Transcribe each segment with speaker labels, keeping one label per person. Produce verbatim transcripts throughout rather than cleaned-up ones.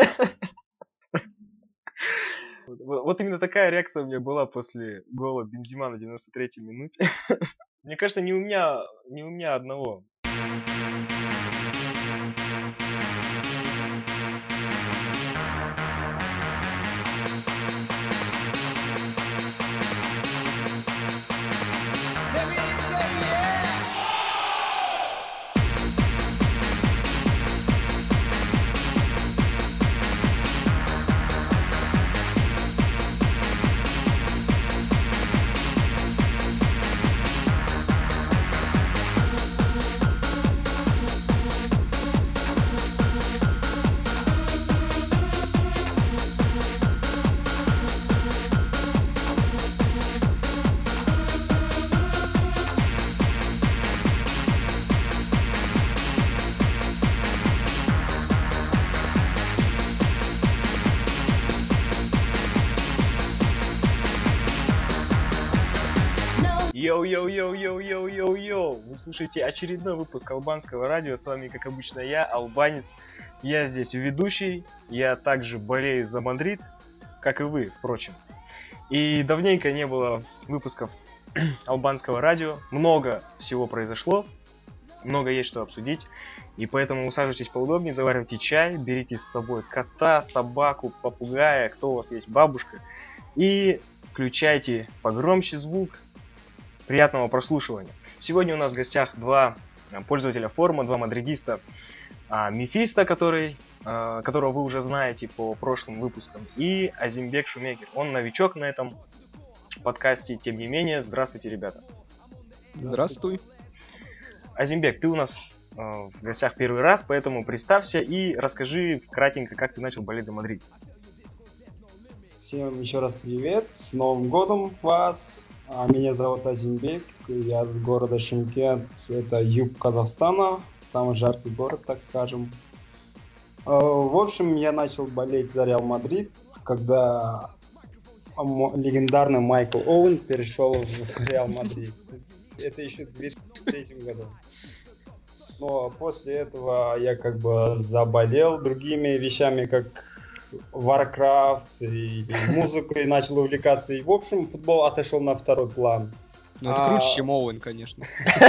Speaker 1: Вот, вот именно такая реакция у меня была после гола Бензима на девяносто третьей минуте. Мне кажется, не у меня, не у меня одного. Йоу-йоу-йоу-йоу-йоу-йоу-йоу! Вы слушаете очередной выпуск Албанского радио. С вами, как обычно, я, Албанец. Я здесь ведущий. Я также болею за Мадрид, как и вы, впрочем. И давненько не было выпусков Албанского радио. Много всего произошло. Много есть что обсудить. И поэтому усаживайтесь поудобнее, заваривайте чай, берите с собой кота, собаку, попугая, кто у вас есть, бабушка. И включайте погромче звук. Приятного прослушивания. Сегодня у нас в гостях два пользователя форума, два мадридиста. Мефисто, который, которого вы уже знаете по прошлым выпускам, и Азимбек Шумекер. Он новичок на этом подкасте, тем не менее. Здравствуйте, ребята.
Speaker 2: Здравствуй.
Speaker 1: Азимбек, ты у нас в гостях первый раз, поэтому представься и расскажи кратенько, как ты начал болеть за Мадрид.
Speaker 3: Всем еще раз привет, с Новым годом вас! Меня зовут Азимбек, я с города Шымкент, это юг Казахстана, самый жаркий город, так скажем. В общем, я начал болеть за Реал Мадрид, когда легендарный Майкл Оуэн перешел в Реал Мадрид. Это еще в две тысячи третьем году. Но после этого я как бы заболел другими вещами, как Warcraft и музыкой начал увлекаться. И, в общем, футбол отошел на второй план.
Speaker 2: Ну, это а... круче, чем Оуэн, конечно.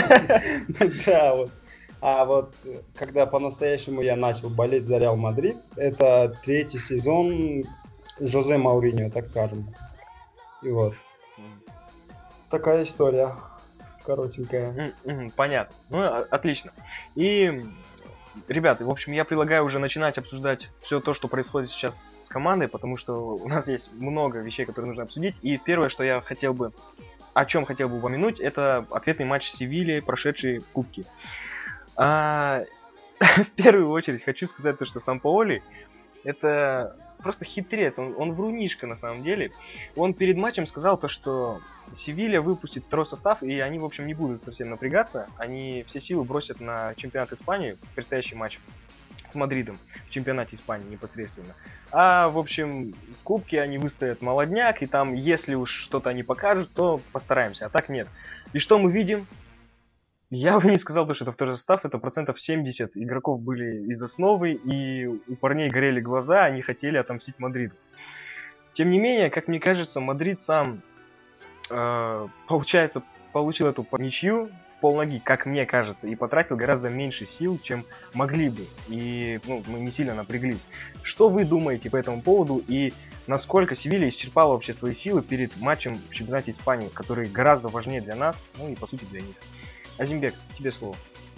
Speaker 3: Да, вот. А вот когда по-настоящему я начал болеть за Реал Мадрид, это третий сезон Жозе Мауриньо, так скажем. И вот. Такая история. Коротенькая.
Speaker 1: Понятно. Ну, отлично. И... Ребята, в общем, я предлагаю уже начинать обсуждать все то, что происходит сейчас с командой, потому что у нас есть много вещей, которые нужно обсудить. И первое, что я хотел бы, о чем хотел бы упомянуть, это ответный матч Севильи, прошедший в Кубке. А, в первую очередь хочу сказать то, что Сампаоли это просто хитрец, он, он врунишка на самом деле. Он перед матчем сказал то, что Севилья выпустит второй состав, и они, в общем, не будут совсем напрягаться. Они все силы бросят на чемпионат Испании, предстоящий матч с Мадридом в чемпионате Испании непосредственно. А, в общем, в Кубке они выставят молодняк, и там, если уж что-то они покажут, то постараемся, а так нет. И что мы видим? Я бы не сказал, что это второй состав, это процентов семьдесят игроков были из основы, и у парней горели глаза, они хотели отомстить Мадриду. Тем не менее, как мне кажется, Мадрид сам, э, получается, получил эту ничью в полноги, как мне кажется, и потратил гораздо меньше сил, чем могли бы, и ну, мы не сильно напряглись. Что вы думаете по этому поводу, и насколько Севилья исчерпала вообще свои силы перед матчем в чемпионате Испании, который гораздо важнее для нас, ну и по сути для них? Азимбек, тебе слово.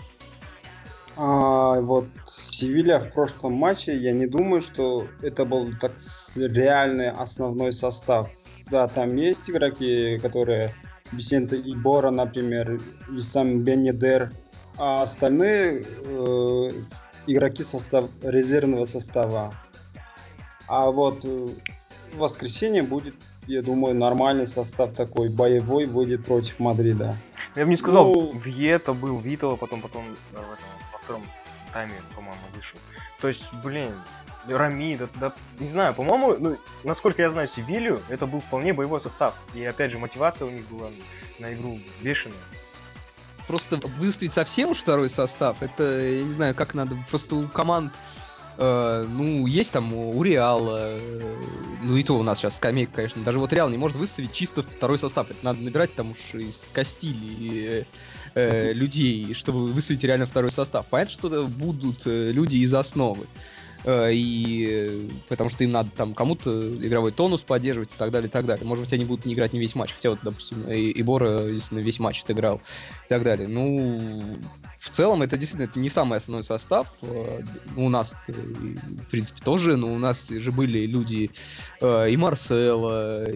Speaker 3: А, вот Севилья в прошлом матче, я не думаю, что это был так реальный основной состав. Да, там есть игроки, которые Висенте Ибора, например, и сам Бенедер, а остальные э, игроки состав, резервного состава. А вот в воскресенье будет, я думаю, нормальный состав такой, боевой, выйдет против Мадрида.
Speaker 1: Я бы не сказал, ну... Вьета был, Витова потом, потом да, в этом, во втором тайме, по-моему, вышел. То есть, блин, Рами, да, да, не знаю, по-моему, ну, насколько я знаю Севилью, это был вполне боевой состав. И опять же, мотивация у них была на игру бешеная.
Speaker 2: Просто выставить совсем уж второй состав, это, я не знаю, как надо, просто у команд Э, ну, есть там у Реала, э, ну и то у нас сейчас скамейка, конечно. Даже вот Реал не может выставить чисто второй состав. Это надо набирать там уж из Кастилии э, э, людей, чтобы выставить реально второй состав. Понятно, что будут э, люди из основы. Э, и э, потому что им надо там кому-то игровой тонус поддерживать и так далее, и так далее. Может быть, они будут не играть не весь матч. Хотя вот, допустим, и, и Бора, естественно, весь матч отыграл и так далее. Ну... В целом, это действительно это не самый основной состав. У нас, в принципе, тоже, но у нас же были люди и Марсело,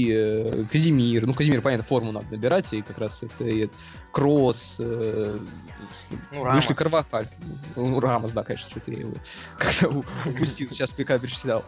Speaker 2: и Казимир. Ну, Казимир, понятно, форму надо набирать, и как раз это и Кросс, ну, вышли Карвахаль. Ну, Рамос, да, конечно, что-то я его как-то упустил, сейчас пока перечислял.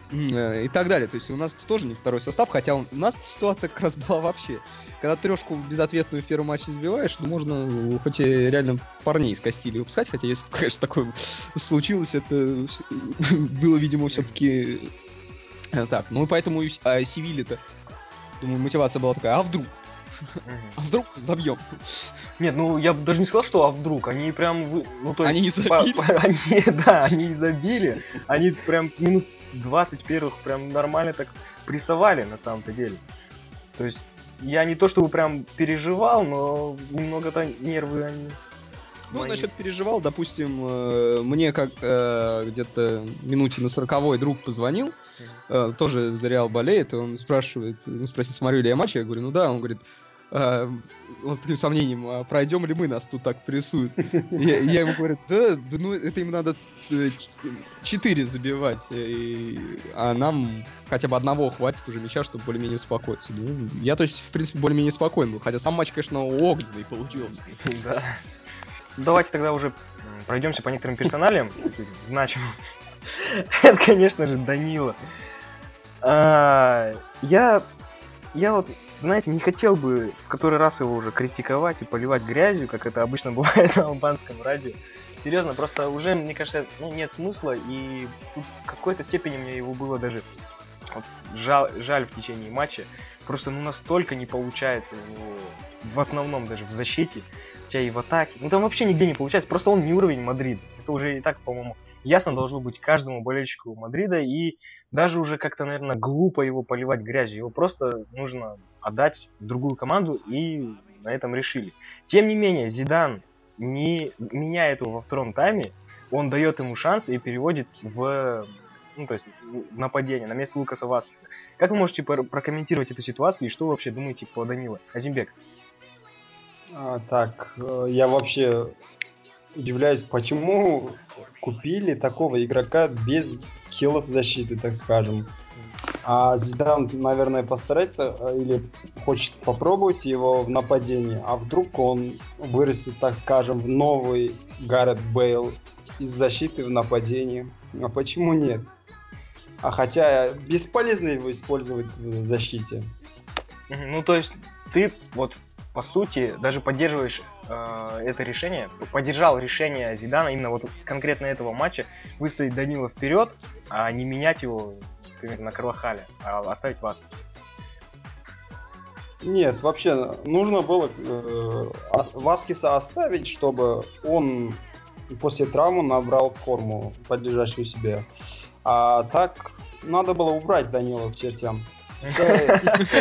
Speaker 2: И так далее. То есть у нас тоже не второй состав, хотя у нас ситуация как раз была вообще. Когда трешку безответную в первом матче сбиваешь, ну можно хоть и реально парней из Кастилии выпускать, хотя если, конечно, такое случилось, это было, видимо, все-таки так. Ну и поэтому а Севилья-то, думаю, мотивация была такая, а вдруг? А вдруг забьем?
Speaker 1: Нет, ну я бы даже не сказал, что а вдруг. Они прям... вы- Ну, то есть,
Speaker 2: Они не забили?
Speaker 1: по- по- они, да, они не забили. Они прям минут двадцать первых прям нормально так прессовали на самом-то деле. То есть я не то чтобы прям переживал, но немного-то нервы они...
Speaker 2: Ну,
Speaker 1: мои.
Speaker 2: насчет переживал, допустим, э, мне как э, где-то минуте на сороковой друг позвонил, э, тоже за Реал болеет, и он спрашивает, ну, спросил, смотрю ли я матч, я говорю, ну да, он говорит, э, он с таким сомнением, а пройдем ли мы, нас тут так прессуют. Я, я ему говорю, да, да, ну это им надо четыре забивать, и, а нам хотя бы одного хватит уже мяча, чтобы более-менее успокоиться. Ну, я, то есть, в принципе, более-менее спокоен был, хотя сам матч, конечно, огненный получился.
Speaker 1: Да. Давайте тогда уже пройдемся по некоторым персоналиям, значимым. Это, конечно же, Данила. А, я, я вот, знаете, не хотел бы в который раз его уже критиковать и поливать грязью, как это обычно бывает на албанском радио. Серьезно, просто уже, мне кажется, ну, нет смысла, и тут в какой-то степени мне его было даже вот, жаль, жаль в течение матча. Просто ну настолько не получается у него, в основном даже в защите, хотя и в атаке. Ну там вообще нигде не получается, просто он не уровень Мадрида. Это уже и так, по-моему, ясно должно быть каждому болельщику Мадрида, и даже уже как-то, наверное, глупо его поливать грязью. Его просто нужно отдать в другую команду, и на этом решили. Тем не менее, Зидан не меняет его во втором тайме, он дает ему шанс и переводит в, ну, то есть, в нападение на место Лукаса Васкеса. Как вы можете пор- прокомментировать эту ситуацию и что вы вообще думаете по Данило? Азимбек.
Speaker 3: А, так, э, я вообще удивляюсь, почему купили такого игрока без скиллов защиты, так скажем. А Зидан, наверное, постарается э, или хочет попробовать его в нападении, а вдруг он вырастет, так скажем, в новый Гаррет Бейл из защиты в нападении. А почему нет? А хотя бесполезно его использовать в защите.
Speaker 1: Мгм. Ну, то есть, ты вот, по сути, даже поддерживаешь э, это решение, поддержал решение Зидана именно вот конкретно этого матча выставить Данила вперед, а не менять его, например, на Карвахаля, а оставить Васкеса.
Speaker 3: Нет, вообще нужно было э, а- Васкеса оставить, чтобы он после травмы набрал форму, подлежащую себе. А так надо было убрать Данила к чертям. Пускай-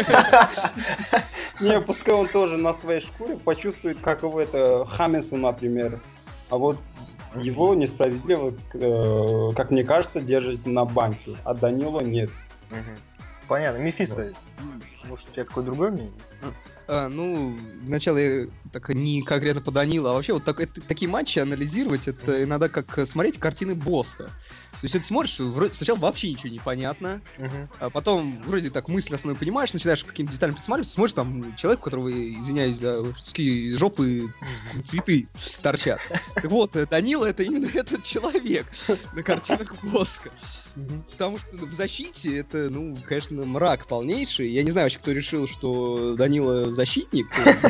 Speaker 3: Не, пускай он тоже на своей шкуре почувствует, каково это Хамесу, например. А вот его несправедливо, э, как мне кажется, держать на банке, а Данила нет.
Speaker 1: Мгм. Понятно. Мефисто, может, у тебя какое другое мнение?
Speaker 2: А, ну, вначале я так не конкретно по Данилу, а вообще вот так- это- такие матчи анализировать, это иногда как э, смотреть картины Босха. То есть ты смотришь, вроде, сначала вообще ничего не понятно,
Speaker 1: Мгм.
Speaker 2: а потом вроде так мысль основную понимаешь, начинаешь к каким-то деталям присматриваться, смотришь, там человек, у которого, извиняюсь за русские, из жопы цветы торчат. Так вот, э, Данила это именно этот человек на картинах Босха. Потому что в защите это, ну, конечно, мрак полнейший. Я не знаю вообще, кто решил, что Данила защитник.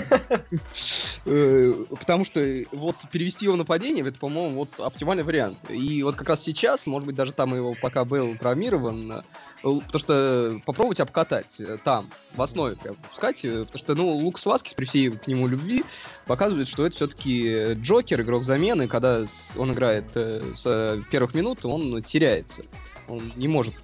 Speaker 2: Э, Потому что вот перевести его в нападение, это, по-моему, вот оптимальный вариант. И вот как раз сейчас, может может быть, даже там его пока был травмирован, э, потому что попробовать обкатать э, там, в основе прям пускать, э, потому что, ну, Лукас Васкес, при всей к нему любви, показывает, что это все-таки Джокер, игрок замены, когда с- он играет э, с э, первых минут, он теряется. Он не может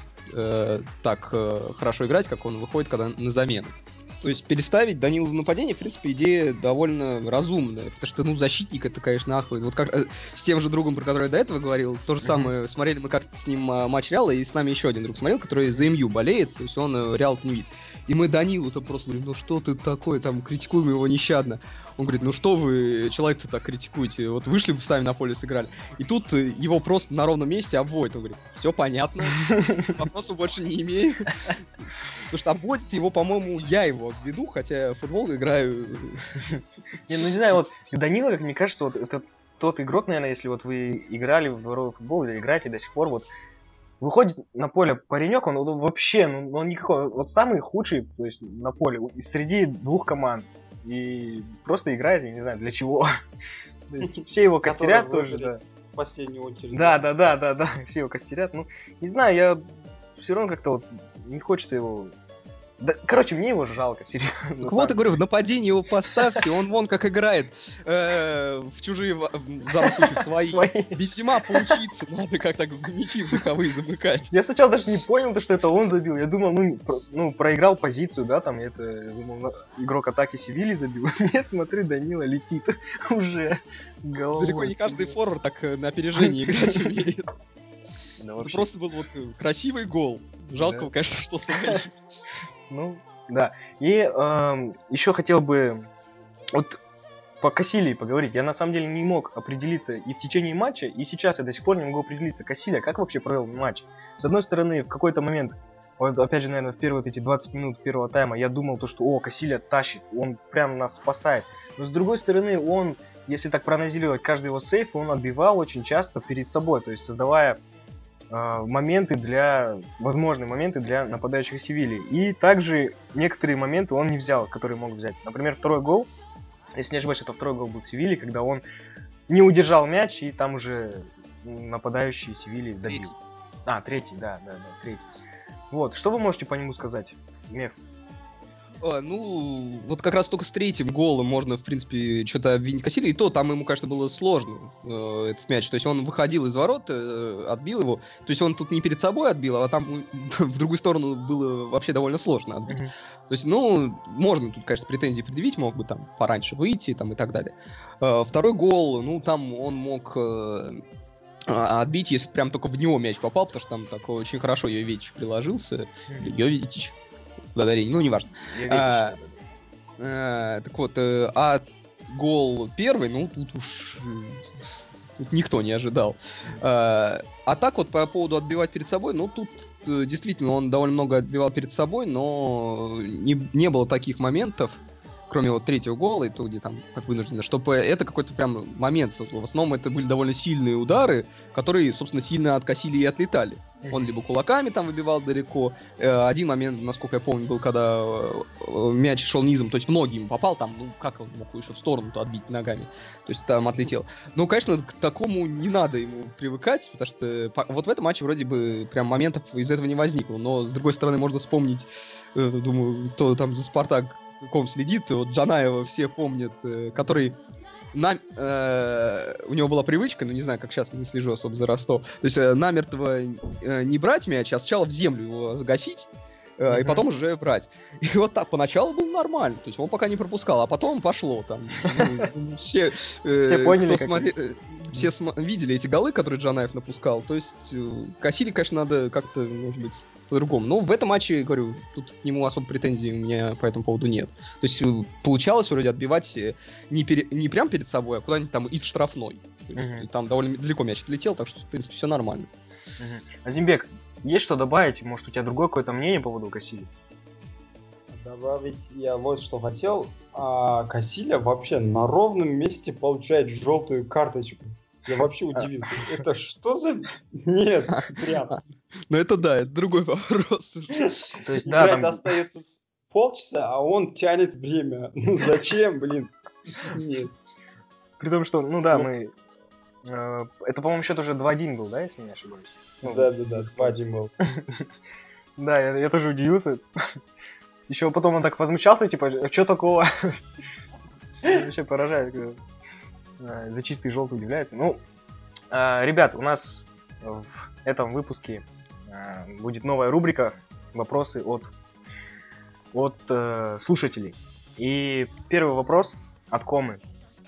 Speaker 2: э, так э, хорошо играть, как он выходит, когда на замену. То есть переставить Данилу в нападение, в принципе, идея довольно разумная, потому что, ну, защитник это, конечно, ахует. Вот как э, с тем же другом, про который я до этого говорил, то же
Speaker 1: Мгм.
Speaker 2: самое, смотрели мы как-то с ним а, матч Реала, и с нами еще один друг смотрел, который за МЮ болеет, то есть он э, Реал-то не видит. И мы Данилу-то просто говорим, ну что ты такой, там, критикуем его нещадно. Он говорит, ну что вы, человек-то так критикуете, вот вышли бы сами на поле сыграли. И тут э, его просто на ровном месте обводят. Он говорит, все понятно, вопросов больше не имею. Потому что обводит его, по-моему, я его обведу, хотя в футбол играю.
Speaker 1: Не, ну не знаю, вот Данила, как мне кажется, вот это тот игрок, наверное, если вот вы играли в дворовый футбол или играете до сих пор, вот выходит на поле паренек, он, он вообще, ну он никакой, вот самый худший, то есть на поле из среди двух команд. И просто играет, я не знаю, для чего. То есть все его костерят
Speaker 3: Который
Speaker 1: тоже,
Speaker 3: выберет
Speaker 1: да.
Speaker 3: В последнюю очередь.
Speaker 1: Да, да, да, да, да, все его костерят. Ну, не знаю, я все равно как-то вот не хочется его... Да, короче, мне его жалко, серьезно.
Speaker 2: Так вот, я говорю, в нападении его поставьте, он вон как играет э, в чужие, в в данном случае, в свои.
Speaker 1: Свои.
Speaker 2: Бензима поучиться, надо как так мячи духовые замыкать.
Speaker 1: Я сначала даже не понял, то, что это он забил. Я думал, ну, про- ну проиграл позицию, да, там, это, я думал, на- игрок атаки Севильи забил. Нет, смотри, Данила летит уже головой.
Speaker 2: Далеко не каждый форвард так э, на опережении играть умеет.
Speaker 1: Да,
Speaker 2: Это
Speaker 1: вообще.
Speaker 2: просто был вот э, красивый гол. Жалко,
Speaker 1: Да.
Speaker 2: конечно, что свои.
Speaker 1: Ну, да. И еще хотел бы вот по Касилии поговорить. Я на самом деле не мог определиться и в течение матча, и сейчас я до сих пор не могу определиться. Касилия как вообще провел матч? С одной стороны, в какой-то момент, вот опять же, наверное, в первые вот эти двадцать минут первого тайма, я думал то, что о, Касилия тащит, он прям нас спасает. Но с другой стороны, он, если так проанализировать каждый его сейф, он отбивал очень часто перед собой, то есть создавая э, моменты для, возможные моменты для нападающих Севильи. И также некоторые моменты он не взял, которые мог взять. Например, второй гол, если не ошибаюсь, это второй гол был Севильи, когда он не удержал мяч, и там уже нападающий Севильи добил.
Speaker 2: Третий.
Speaker 1: А, третий, да, да, да, третий. Вот, что вы можете по нему сказать, Меф?
Speaker 2: А, ну, вот как раз только с третьим голом можно, в принципе, что-то обвинить Касилию. И то там ему, конечно, было сложно, э, этот мяч. То есть он выходил из ворот, э, отбил его. То есть он тут не перед собой отбил, а там в другую сторону было вообще довольно сложно отбить.
Speaker 1: Мгм.
Speaker 2: То есть, ну, можно тут, конечно, претензии предъявить, мог бы там пораньше выйти там и так далее. Э, второй гол, ну, там он мог... э, а, отбить, если прям только в него мяч попал, потому что там такой очень хорошо Йович приложился. Или Йович. Ударение, ну, неважно.
Speaker 1: Я
Speaker 2: А,
Speaker 1: верю, что
Speaker 2: Э, так вот, э, а гол первый, ну, тут уж э, тут никто не ожидал. Э, а так вот, по поводу отбивать перед собой, ну, тут э, действительно он довольно много отбивал перед собой, но не, не было таких моментов, кроме вот третьего гола, и то, где там как вынужденно, чтобы это какой-то прям момент. В основном это были довольно сильные удары, которые, собственно, сильно от Касилии и отлетали.
Speaker 1: да.
Speaker 2: Он либо кулаками там выбивал далеко. Э, Один момент, насколько я помню, был, когда э, э, мяч шел низом, то есть в ноги ему попал, там, ну, как он мог еще в сторону-то отбить ногами. То есть там отлетел. Ну, конечно, к такому не надо ему привыкать, потому что по- вот в этом матче вроде бы прям моментов из этого не возникло. Но, с другой стороны, можно вспомнить, э, думаю, кто там за Спартак ком следит, вот Джанаева все помнят, э, который... На, э, у него была привычка, ну не знаю, как сейчас, не слежу особо за Ростов, то есть э, намертво э, не брать мяч, а сначала в землю его загасить, э, и
Speaker 1: Мгм.
Speaker 2: потом уже брать. И вот так, поначалу было нормально, то есть он пока не пропускал, а потом пошло там. Ну, все, э,
Speaker 1: Все поняли,
Speaker 2: кто
Speaker 1: как
Speaker 2: смотре- э, все см- видели эти голы, которые Джанаев напускал, то есть э, Касили, конечно, надо как-то, может быть, по-другому. Но в этом матче, говорю, тут к нему особо претензий у меня по этому поводу нет. То есть э, получалось вроде отбивать э, не, пере- не прям перед собой, а куда-нибудь там из штрафной. То есть,
Speaker 1: Мгм.
Speaker 2: и там довольно далеко мяч отлетел, так что, в принципе, все нормально.
Speaker 1: Мгм. Азимбек, есть что добавить? Может, у тебя другое какое-то мнение по поводу Касилии?
Speaker 3: Добавить я вот что хотел. А, Касиля вообще на ровном месте получает желтую карточку. Я вообще удивился. Это что за... Нет, прям.
Speaker 2: Но это да, это другой вопрос.
Speaker 1: То есть, да,
Speaker 3: Играть
Speaker 1: там...
Speaker 3: остается с- полчаса, а он тянет время. Ну зачем, блин? Нет.
Speaker 1: При том, что, ну да,
Speaker 3: Ну.
Speaker 1: мы Э, Это, по-моему, счет уже два-один был, да, если не ошибаюсь? Ну,
Speaker 3: Да-да-да, два один был.
Speaker 1: Да, я, я тоже удивился. Еще потом он так возмущался, типа, что такого? Вообще поражает. когда, а, За чистый желтый удивляется. Ну, а, ребят, у нас в этом выпуске а, будет новая рубрика «Вопросы от, от э, слушателей». И первый вопрос от Комы.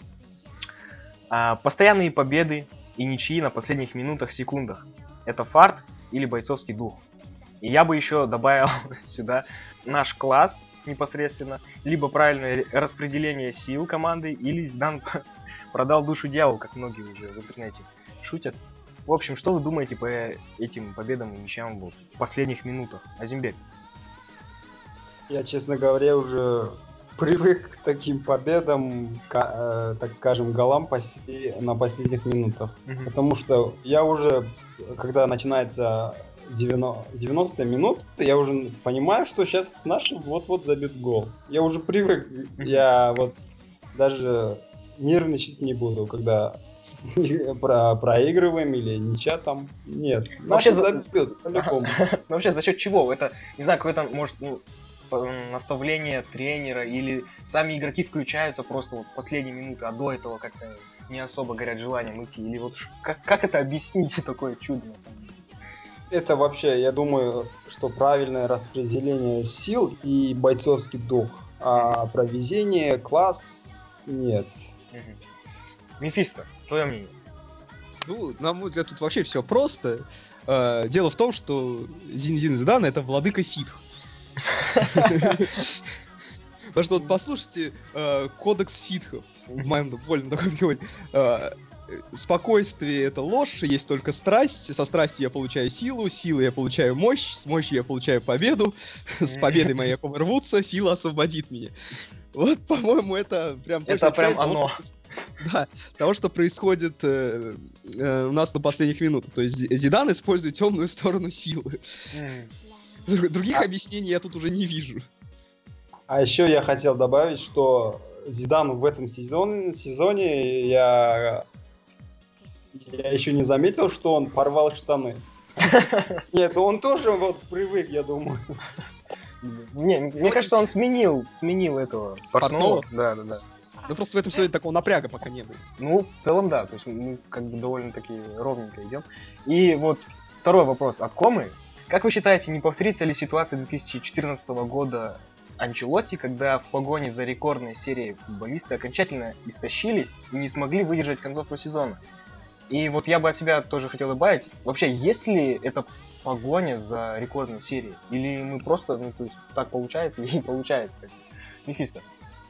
Speaker 1: А, Постоянные победы и ничьи на последних минутах, секундах – это фарт или бойцовский дух? И я бы еще добавил сюда наш класс непосредственно, либо правильное распределение сил команды, или Зидан продал душу дьяволу, как многие уже в интернете шутят. В общем, что вы думаете по этим победам и ничьям вот в последних минутах? Азимбек.
Speaker 3: Я, честно говоря, уже привык к таким победам, ка- э, так скажем, голам посе- на последних минутах.
Speaker 1: Мгм.
Speaker 3: Потому что я уже, когда начинается девяносто минут, я уже понимаю, что сейчас наши вот-вот забьют гол. Я уже привык, я вот даже нервничать не буду, когда про- проигрываем или ничья там. Нет,
Speaker 1: Вообще
Speaker 3: наши
Speaker 1: за-
Speaker 3: забьют по-любому.
Speaker 1: Ну, вообще, за счет чего? Это, не знаю, какое-то, может, ну, п- наставление тренера, или сами игроки включаются просто вот в последние минуты, а до этого как-то не особо горят желанием идти. Или вот ш- как, как это объяснить, такое чудо на самом деле?
Speaker 3: Это вообще, я думаю, что правильное распределение сил и бойцовский дух. А про везение, класс нет.
Speaker 1: Мгм. Мефисто, твое мнение?
Speaker 2: Ну, на мой взгляд, тут вообще все просто. Э, Дело в том, что Зинедин Зидан — это владыка ситх. Потому что вот послушайте э, кодекс ситхов в моем довольно таком переводе. Э, Спокойствие — это ложь, есть только страсть. Со страстью я получаю силу, силой я получаю мощь, с мощью я получаю победу, с победой мои оковы рвутся, сила освободит меня. Вот, по-моему, это прям
Speaker 1: Это
Speaker 2: точно
Speaker 1: прям
Speaker 2: описание того,
Speaker 1: оно.
Speaker 2: что проис- Да, того, что происходит э, э, у нас на последних минутах. То есть Зи- Зидан использует темную сторону силы.
Speaker 1: Мгм.
Speaker 2: Друг- Других
Speaker 3: А-
Speaker 2: объяснений я тут уже не вижу.
Speaker 3: А еще я хотел добавить, что Зидан в этом сезоне, сезоне я, я еще не заметил, что он порвал штаны. Нет, он тоже вот привык, я думаю.
Speaker 1: Не, мне кажется, он сменил, сменил этого портного.
Speaker 2: Портного?
Speaker 1: Да, да, да.
Speaker 2: Ну просто в этом сезоне такого напряга пока не было.
Speaker 1: Ну, в целом, да. То есть мы как бы довольно-таки ровненько идем. И вот второй вопрос от Комы. Как вы считаете, не повторится ли ситуация две тысячи четырнадцатого года с Анчелотти, когда в погоне за рекордной серией футболисты окончательно истощились и не смогли выдержать концовку сезона? И вот я бы от себя тоже хотел добавить. Вообще, есть ли это погоня за рекордной серией? Или мы просто, ну, то есть, так получается и получается? Как бы. Мефисто.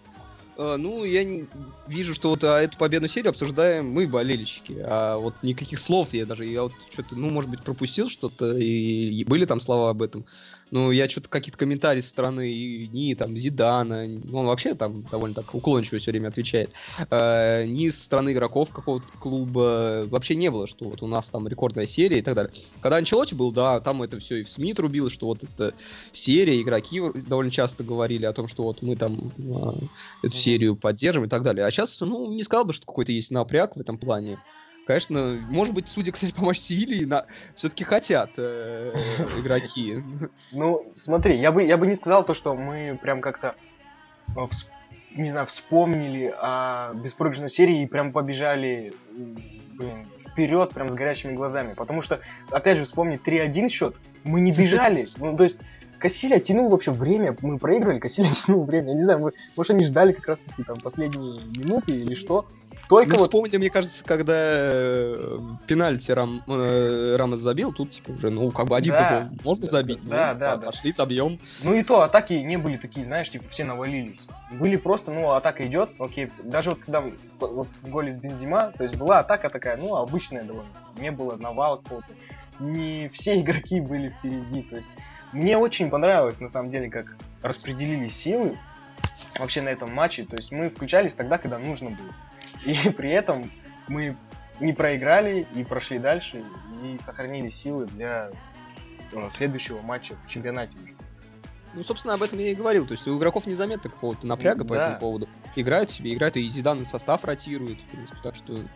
Speaker 2: Э, Ну, я не- вижу, что вот а, эту победную серию обсуждаем мы, болельщики. А вот никаких слов я даже, я вот что-то, ну, может быть, пропустил что-то, и, и были там слова об этом. Ну, я что-то какие-то комментарии со стороны и, ни там Зидана, ну, он вообще там довольно так уклончиво все время отвечает. Э, ни со стороны игроков какого-то клуба вообще не было, что вот у нас там рекордная серия и так далее. Когда Анчелотти был, да, там это все и в СМИ трубилось, что вот это серия, игроки довольно часто говорили о том, что вот мы там а, эту серию поддерживаем и так далее. А сейчас, ну, не сказал бы, что какой-то есть напряг в этом плане. Конечно, может быть, судя, кстати, по матчу Севильи, на... все-таки хотят э, игроки.
Speaker 1: Ну, смотри, я бы, я бы не сказал то, что мы прям как-то, э, вс- не знаю, вспомнили о беспроигрышной серии и прям побежали, м, блин, вперед прям с горящими глазами. Потому что, опять же, вспомни три один счет, мы не бежали. Ну, то есть, Кассиля тянул вообще время, мы проигрывали, Кассиля тянул время. Я не знаю, мы- может, они ждали как раз-таки там последние минуты или что. Только
Speaker 2: Ну,
Speaker 1: вот...
Speaker 2: вспомни, мне кажется, когда э, пенальти Рам, э, Рамос забил, тут типа уже, ну, как бы один
Speaker 1: Да.
Speaker 2: гол можно
Speaker 1: Да,
Speaker 2: забить.
Speaker 1: да,
Speaker 2: ну,
Speaker 1: да,
Speaker 2: по-
Speaker 1: да.
Speaker 2: Пошли, забьем.
Speaker 1: Ну и то, атаки не были такие, знаешь, типа все навалились. Были просто, ну, атака идет, окей. Даже вот когда м, вот в голе с Бензима, то есть была атака такая, ну, обычная довольно. Не было навала какого-то. Не все игроки были впереди. То есть мне очень понравилось, на самом деле, как распределили силы вообще на этом матче. То есть мы включались тогда, когда нужно было. И при этом мы не проиграли и прошли дальше, и сохранили силы для э, следующего матча в чемпионате.
Speaker 2: Ну, собственно, об этом я и говорил. То есть у игроков незаметно какого-то напряга по
Speaker 1: Да.
Speaker 2: этому поводу. Играют себе, играют, и Зидан состав ротирует, в принципе, так что...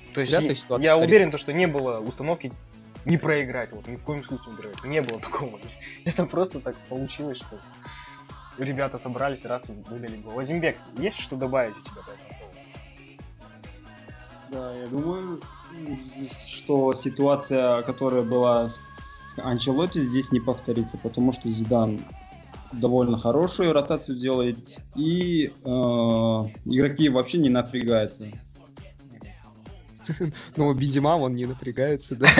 Speaker 1: То есть
Speaker 2: Вряд ли
Speaker 1: я,
Speaker 2: ситуация
Speaker 1: я
Speaker 2: повторится.
Speaker 1: уверен, то, что не было установки не проиграть, вот ни в коем случае не проиграть. Не было такого. Это просто так получилось, что ребята собрались, раз и выдали гол. Азимбек, есть что добавить у тебя по этому поводу?
Speaker 3: Да, я думаю, что ситуация, которая была с Анчелотти, здесь не повторится, потому что Зидан довольно хорошую ротацию делает, и э, игроки вообще не напрягаются.
Speaker 2: Ну, Бензема, он не напрягается, да.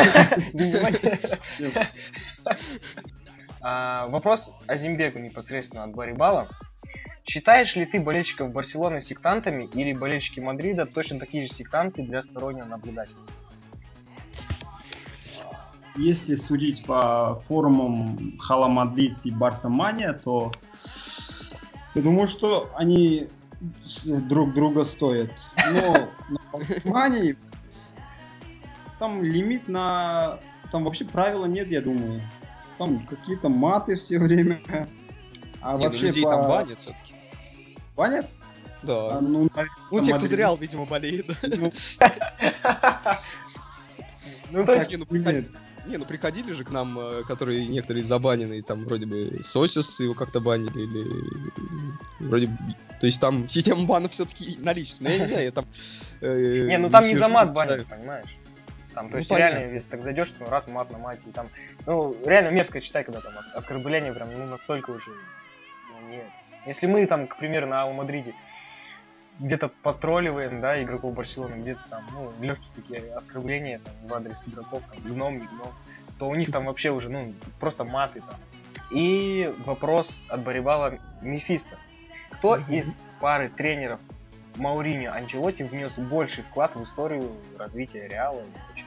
Speaker 1: А, Вопрос Азимбеку непосредственно от Барибала. Считаешь ли ты болельщиков Барселоны сектантами или болельщики Мадрида точно такие же сектанты для стороннего наблюдателя?
Speaker 3: Если судить по форумам Хала Мадрид и Барса Мания, то я думаю, что они друг друга стоят. Но на Мании там лимит на... Там вообще правила нет, я думаю. Там какие-то маты все время. А
Speaker 2: Не, ну,
Speaker 3: вообще
Speaker 2: людей
Speaker 3: по...
Speaker 2: там банят все-таки.
Speaker 3: Банят?
Speaker 2: Да.
Speaker 3: А, ну, наверное,
Speaker 2: Ну, те, кто за
Speaker 3: Мадрид-
Speaker 2: Реал, видимо, болеет.
Speaker 3: Ну,
Speaker 1: Ну, то есть,
Speaker 2: Не, ну,
Speaker 3: нет.
Speaker 2: приходи- не, ну приходили же к нам, э, которые некоторые забанены, там вроде бы Сосис его как-то банили, или вроде бы... То есть там система банов все-таки наличная. Я не знаю, я там... э,
Speaker 1: не, ну там не
Speaker 2: слежу,
Speaker 1: за мат
Speaker 2: читаю.
Speaker 1: банят, понимаешь? Там, то
Speaker 2: Ну,
Speaker 1: есть
Speaker 2: понятно.
Speaker 1: реально, если так зайдешь, то раз мат на мате, и там, ну, реально мерзко читать, когда там ос- оскорбление прям, ну, настолько уже, ну, нет. Если мы там, к примеру, на Ал Мадриде где-то потролливаем, да, игроков Барселоны, где-то там, ну, легкие такие оскорбления там, в адрес игроков, там, гном, не гном, то у них там вообще уже, ну, просто маты там. И вопрос от Барибала Мефисто. Кто
Speaker 2: Мгм.
Speaker 1: из пары тренеров Мауриньо Анчелотти внес больший вклад в историю развития Реала и почему?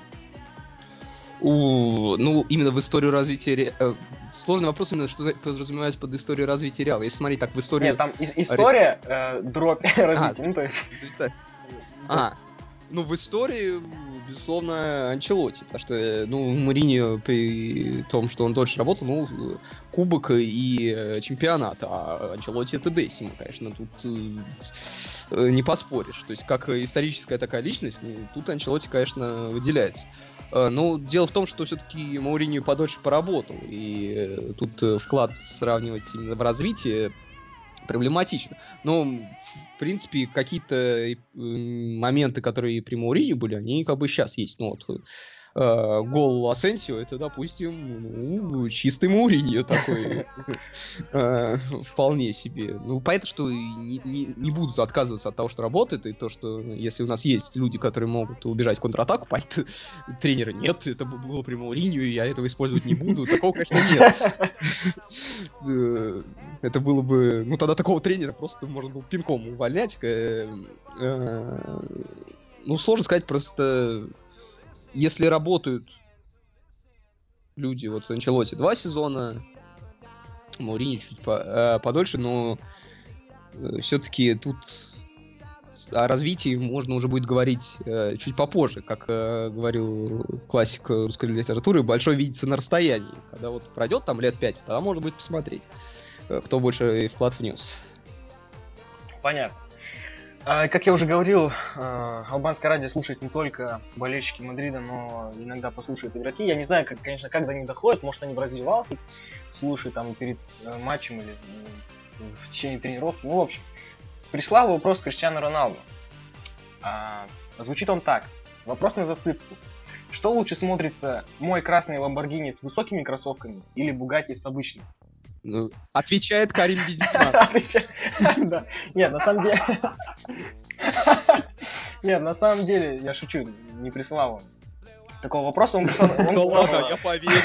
Speaker 2: У, ну, именно в историю развития... Ре- э, Сложный вопрос именно, что за- подразумевается под историей развития Реала. Если смотреть так в историю...
Speaker 1: Нет, там ис- история, э, дробь развития, ну, то есть...
Speaker 2: А, ну в истории, безусловно, Анчелотти, потому что, э, ну, Мourinho при том, что он дольше работал, ну, э, кубок и э, чемпионат, а Анчелотти это Дессимо, конечно, тут э, э, не поспоришь. То есть, как историческая такая личность, ну, тут Анчелотти, конечно, выделяется. Э, Но дело в том, что все-таки Мауриньо подольше поработал, и э, тут э, вклад сравнивать именно в развитие проблематично. Но, в принципе, какие-то э, моменты, которые при Мауриньо были, они как бы сейчас есть. Ну, вот, э, гол Асенсио, это, допустим, ну, чистый Мауриньо такой. Э, Вполне себе. Ну, понятно, что и не, не- не будут отказываться от того, что работает, и то, что если у нас есть люди, которые могут убежать в контратаку, понятно, тренера нет, это б- было при Мауриньо, и я этого использовать не буду. Такого, конечно, нет. Э, Это было бы... Ну, тогда такого тренера просто можно было пинком увольнять. Э, э, Ну, сложно сказать, просто... Если работают люди, вот Анчелотти два сезона, Мауриньо чуть по- э, подольше, но все-таки тут с- о развитии можно уже будет говорить э, чуть попозже, как э, говорил классик русской литературы, большой видится на расстоянии. Когда вот пройдет там лет пять, тогда можно будет посмотреть, э, кто больше вклад внес.
Speaker 1: Понятно. А, Как я уже говорил, э, албанское радио слушают не только болельщики Мадрида, но иногда послушают игроки. Я не знаю, как, конечно, как до них доходит. Может, они в раздевалке слушают там перед э, матчем или э, в течение тренировки. Ну, в общем, прислал вопрос Криштиану Роналду. А, Звучит он так. Вопрос на засыпку. Что лучше смотрится, мой красный Ламборгини с высокими кроссовками или Бугатти с обычными?
Speaker 2: Ну, отвечает Карим Бензема.
Speaker 1: Отвечай. Да. Нет, на самом деле... Нет, на самом деле, я шучу, не прислал он такого вопроса. Он прислал, он-
Speaker 2: Да ладно, я поверю.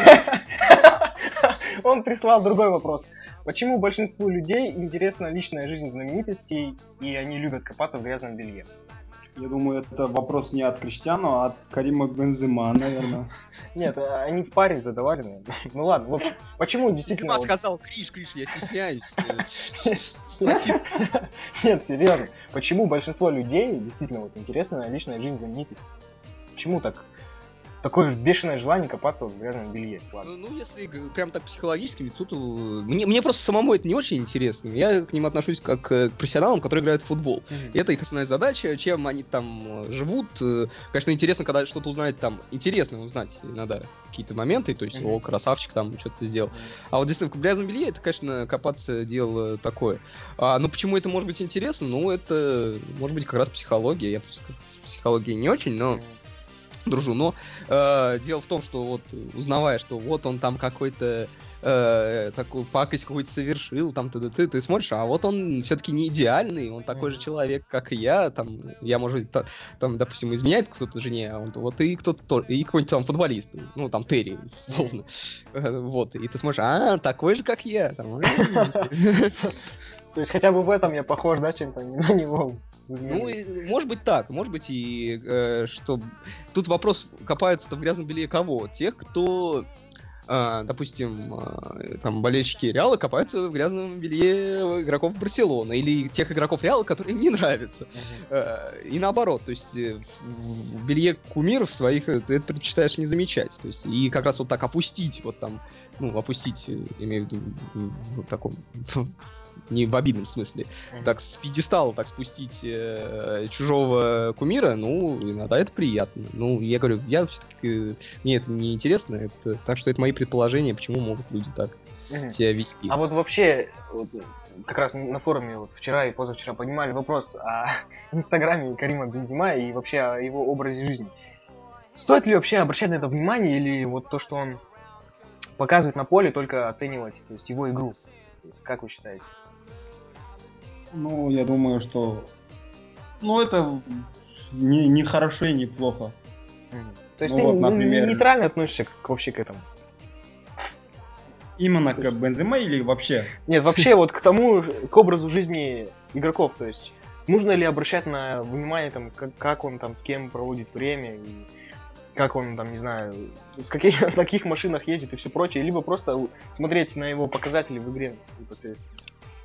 Speaker 1: он прислал другой вопрос. Почему большинству людей интересна личная жизнь знаменитостей, и они любят копаться в грязном белье?
Speaker 3: Я думаю, это вопрос не от Криштиану, а от Карима Бензема, наверное.
Speaker 1: Нет, а они в паре задавали, наверное. Ну ладно, в общем, почему действительно...
Speaker 2: Бензема
Speaker 1: вот-
Speaker 2: сказал, Криш, Криш, я стесняюсь. Э, Спроси.
Speaker 1: Нет, серьезно. Почему большинство людей действительно вот интересна личная жизнь знаменитостей? Почему так такое бешеное желание копаться вот в грязном белье. Ладно.
Speaker 2: Ну, ну, если г- прям так психологически, тут э, мне, мне просто самому это не очень интересно. Я к ним отношусь как э, к профессионалам, которые играют в футбол.
Speaker 1: Мгм.
Speaker 2: И это их основная задача, чем они там э, живут. э, Конечно, интересно, когда что-то узнать там. Интересно узнать иногда какие-то моменты, то есть,
Speaker 1: Мгм.
Speaker 2: о, красавчик там что-то сделал. А вот если в грязном белье, это, конечно, копаться дело такое. А, ну, почему это может быть интересно? Ну, это может быть как раз психология. Я просто как с психологией не очень, но
Speaker 1: Мгм.
Speaker 2: дружу. Но э, дело в том, что вот узнавая, что вот он там какой-то э, такую пакость какую-то совершил, там ты, ты, ты смотришь, а вот он все-таки не идеальный, он такой же
Speaker 1: Мгм.
Speaker 2: человек, как и я, там, я, может, та- там, допустим, изменяет кто-то жене, а он, вот и кто-то тоже, и какой-нибудь там футболист, ну, там, Терри, условно. Э, Вот, и ты смотришь, а, такой же, как я. Там, м.
Speaker 1: То есть хотя бы в этом я похож, да, чем-то на него. в измене.
Speaker 2: Ну, и, может быть так, может быть и э, что... Тут вопрос, копаются-то в грязном белье кого? Тех, кто, а, допустим, а, там, болельщики Реала копаются в грязном белье игроков Барселоны, или тех игроков Реала, которые им не нравятся.
Speaker 1: Мгм.
Speaker 2: Э, И наоборот, то есть э, в в белье кумиров своих э, ты это предпочитаешь не замечать. То есть, и как раз вот так опустить, вот там, ну, опустить, э, имею в виду, в таком... не в обидном смысле,
Speaker 1: Мгм.
Speaker 2: так с пьедестала так спустить э, чужого кумира, ну, иногда это приятно. Ну, я говорю, я все-таки, мне это не интересно, это, так что это мои предположения, почему могут люди так
Speaker 1: Мгм.
Speaker 2: себя вести.
Speaker 1: А вот вообще, вот, как раз на форуме вот вчера и позавчера поднимали вопрос о инстаграме Карима Бензема и вообще о его образе жизни. Стоит ли вообще обращать на это внимание или вот то, что он показывает на поле, только оценивать, то есть его игру? То есть, как вы считаете?
Speaker 3: Ну, я думаю, что... Ну, это не, не хорошо и не плохо.
Speaker 1: Мгм. То есть
Speaker 3: Ну
Speaker 1: ты
Speaker 3: вот,
Speaker 1: ну,
Speaker 3: например-
Speaker 1: нейтрально относишься к, вообще к этому?
Speaker 3: Именно к Бензема или вообще?
Speaker 1: Нет, вообще вот к тому, ж- к образу жизни игроков, то есть нужно ли обращать на внимание, там, как, как он там с кем проводит время, и как он там, не знаю, с каких, на каких машинах ездит и все прочее, либо просто у- смотреть на его показатели в игре непосредственно.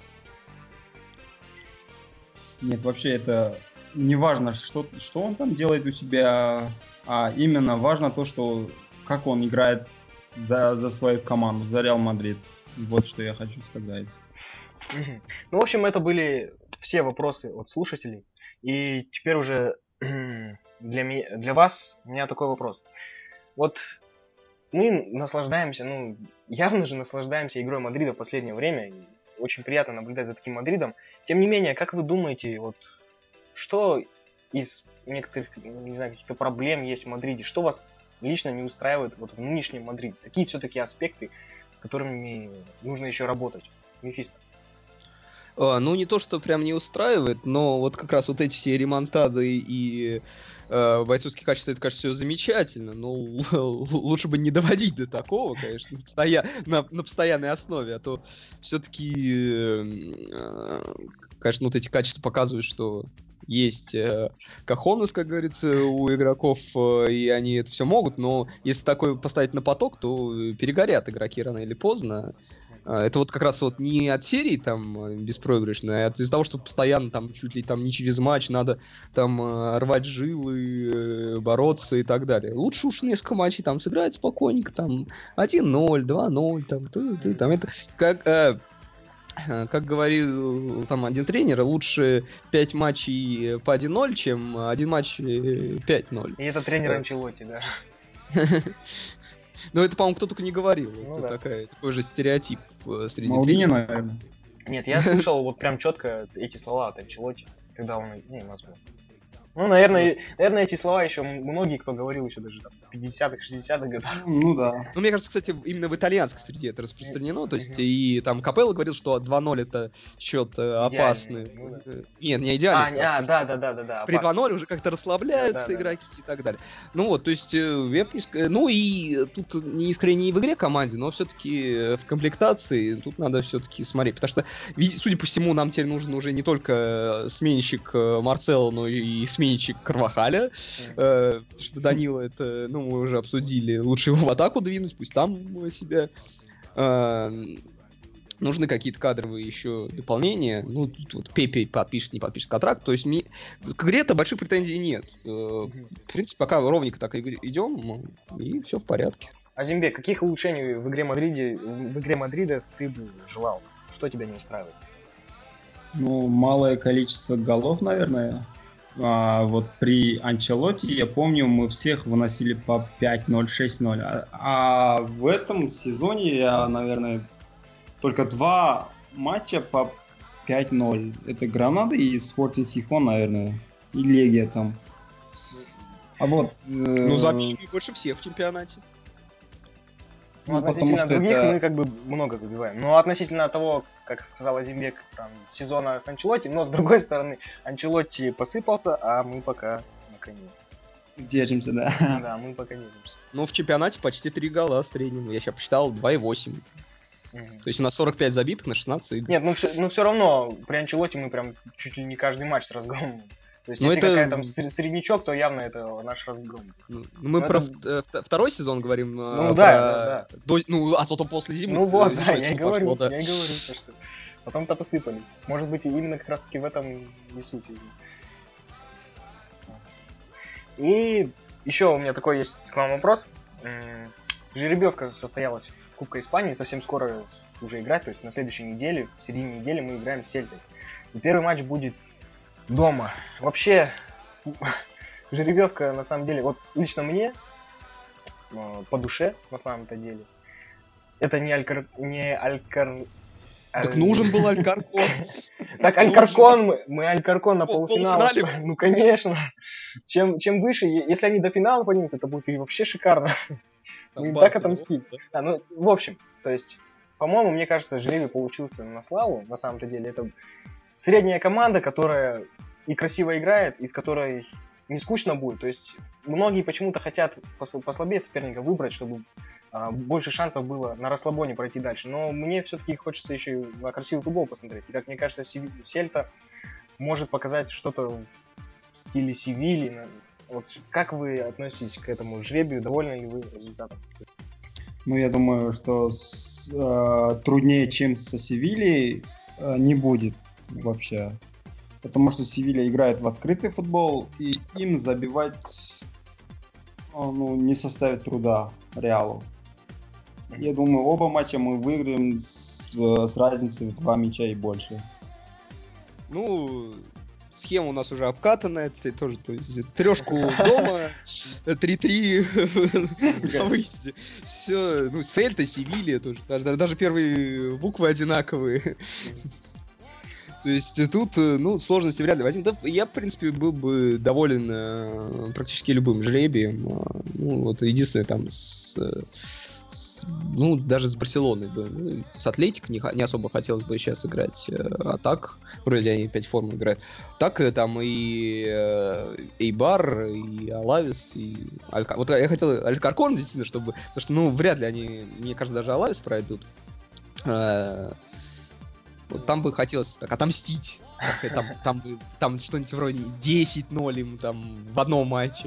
Speaker 3: Нет, вообще это не важно, что, что он там делает у себя, а именно важно то, что как он играет за, за свою команду, за Реал Мадрид. Вот что я хочу сказать.
Speaker 1: Мгм. Ну, в общем, это были все вопросы от слушателей. И теперь уже для, ме- для вас у меня такой вопрос. Вот мы наслаждаемся, ну, явно же наслаждаемся игрой Мадрида в последнее время. И очень приятно наблюдать за таким Мадридом. Тем не менее, как вы думаете, вот что из некоторых, не знаю, каких-то проблем есть в Мадриде? Что вас лично не устраивает вот в нынешнем Мадриде? Какие все-таки аспекты, с которыми нужно еще работать? Мефисто.
Speaker 2: А, ну, не то, что прям не устраивает, но вот как раз вот эти все ремонтады и э, бойцовские качества, это, кажется, все замечательно, но л- лучше бы не доводить до такого, конечно, постоя- на, на постоянной основе, а то все-таки, конечно, вот эти качества показывают, что есть э, кахонус, как говорится, у игроков, э, и они это все могут, но если такое поставить на поток, то э, перегорят игроки рано или поздно. А, Это вот как раз вот не от серии там э, беспроигрышной, а от- из-за того, что постоянно там чуть ли там не через матч надо там э, рвать жилы, э, бороться и так далее. Лучше уж несколько матчей там сыграть спокойненько, там один ноль, два ноль, там, ты, ты, там это как... э, э, как говорил там один тренер, лучше пять матчей по один ноль, чем один матч э, пять ноль.
Speaker 1: И это тренер
Speaker 2: Э.
Speaker 1: Анчелотти, да.
Speaker 2: Но это, по-моему, кто только не говорил.
Speaker 1: Ну
Speaker 2: это
Speaker 1: да.
Speaker 2: такая, такой же стереотип э, среди
Speaker 3: Мауриньо,
Speaker 2: тренеров.
Speaker 3: наверное.
Speaker 1: Нет, я слышал вот прям четко эти слова от Анчелотти, когда он ну, у нас был. Ну, наверное, наверное, эти слова еще многие, кто говорил еще даже там, в пятидесятых, шестидесятых годах.
Speaker 3: Ну да.
Speaker 2: Ну, мне кажется, кстати, именно в итальянской среде это распространено. То есть,
Speaker 1: Мгм.
Speaker 2: и там Капелло говорил, что два ноль это счет э, опасный.
Speaker 1: ну да.
Speaker 2: Э, Нет, не
Speaker 1: А,
Speaker 2: идеальный.
Speaker 1: не- а, да, да, да, да, да.
Speaker 2: При
Speaker 1: опасно.
Speaker 2: два ноль уже как-то расслабляются
Speaker 1: Да, да, да.
Speaker 2: игроки и так далее. Ну вот, то есть, э, я бы не ск- ну и тут не искренне не в игре команде, но все-таки в комплектации тут надо все-таки смотреть. Потому что, види- судя по всему, нам теперь нужен уже не только сменщик э, Марцело, но и сменщик Карвахаля. Э, потому что Данила это, ну, мы уже обсудили. Лучше его в атаку двинуть, пусть там э, себя э, нужны какие-то кадровые еще дополнения. Ну, тут вот Пепе подпишет, не подпишет контракт. То есть ми... к игре-то больших претензий нет. Э, В принципе, пока ровненько так и идем, и все в порядке.
Speaker 1: Азимбек, каких улучшений в игре Мадриде, в игре Мадрида ты бы желал? Что тебя не устраивает?
Speaker 3: Ну, малое количество голов, наверное. А, вот при Анчелотти, я помню, мы всех выносили по пять ноль, шесть ноль. А, а в этом сезоне я, наверное, только два матча по пять ноль. Это Гранада и Спортинг Хихон, наверное. И Легия там. А вот... э,
Speaker 2: Ну, забили больше всех в чемпионате.
Speaker 1: Ну,
Speaker 3: Ну,
Speaker 1: относительно
Speaker 3: потому что
Speaker 1: других
Speaker 3: это-
Speaker 1: мы как бы много забиваем. Но относительно того, как сказал Азимбек, там, сезона с Анчелотти, но с другой стороны, Анчелотти посыпался, а мы пока на коне.
Speaker 3: Держимся, да.
Speaker 1: Да, мы пока не держимся.
Speaker 2: Ну, в чемпионате почти три гола в среднем. Я сейчас посчитал, два и восемь.
Speaker 1: Мгм.
Speaker 2: То есть у нас сорок пять забитых на шестнадцать игр.
Speaker 1: Нет, ну все, ну все равно, при Анчелотти мы прям чуть ли не каждый матч с разгромом. То есть,
Speaker 2: Ну,
Speaker 1: если
Speaker 2: это-
Speaker 1: какая там сре- среднячок, то явно это наш разгром.
Speaker 2: Ну, мы
Speaker 1: Ну,
Speaker 2: про
Speaker 1: это-
Speaker 2: в- э, вт- второй сезон говорим. э,
Speaker 1: Ну
Speaker 2: про-
Speaker 1: да, да, да.
Speaker 2: до- ну, а зато после зимы.
Speaker 1: Ну
Speaker 2: э,
Speaker 1: вот, да,
Speaker 2: зимой
Speaker 1: я и
Speaker 2: всё
Speaker 1: говорю,
Speaker 2: пошло, да.
Speaker 1: я и говорю, то, что потом-то посыпались. Может быть, и именно как раз-таки в этом и суть. И еще у меня такой есть к вам вопрос. М, Жеребьевка состоялась в Кубке Испании, совсем скоро уже играть, то есть на следующей неделе, в середине недели мы играем с Сельтой. И первый матч будет дома. Вообще, жеребьевка на самом деле, вот лично мне э, по душе на самом-то деле. Это не Алькар... не Алькар...
Speaker 2: Так
Speaker 1: Аль-
Speaker 2: нужен был Алькаркон.
Speaker 1: Так, Алькаркон, мы, мы Алькаркон на
Speaker 2: Пол-
Speaker 1: полуфинал.
Speaker 2: полуфинале.
Speaker 1: оставим. Ну, конечно. Чем, чем выше, е- если они до финала поднимутся, это будет и вообще шикарно. Мы им так отомстим. А, ну, в общем, то есть, по-моему, мне кажется, жребий получился на славу, на самом-то деле. Это средняя команда, которая и красиво играет, и с которой не скучно будет. То есть, многие почему-то хотят пос- послабее соперника выбрать, чтобы а, больше шансов было на расслабоне пройти дальше. Но мне все-таки хочется еще и на красивый футбол посмотреть. И, как мне кажется, Севи- Сельта может показать что-то в стиле Севильи. На- Вот как вы относитесь к этому жребию? Довольны ли вы результатом?
Speaker 3: Ну, я думаю, что с- э, труднее, чем со Севильей, э, не будет вообще. Потому что Севилья играет в открытый футбол, и им забивать э, ну, не составит труда Реалу. Я думаю, оба матча мы выиграем с, с разницей в два мяча и больше.
Speaker 2: Ну, схема у нас уже обкатанная, это тоже, то есть трешку дома, три-три на выезде. Все, ну, Сельта, Севилья тоже, даже, даже первые буквы одинаковые. То есть тут, э, ну, сложности вряд ли возьмут. Да, я, в принципе, был бы доволен э, практически любым жребием. Э, ну, вот единственное, там, с, э, с- ну, даже с Барселоной бы. Ну, с Атлетик не, ха- не особо хотелось бы сейчас играть. э, а так, вроде они пять форм играют. Так, э, там и э, Эйбар, и Алавис, и Алька... Вот я хотел Алькаркон, действительно, чтобы... Потому что, ну, вряд ли они, мне кажется, даже Алавис пройдут. Э, Вот там бы хотелось так отомстить. Как, Там, там, бы- там что-нибудь вроде десять ноль им там в одном матче.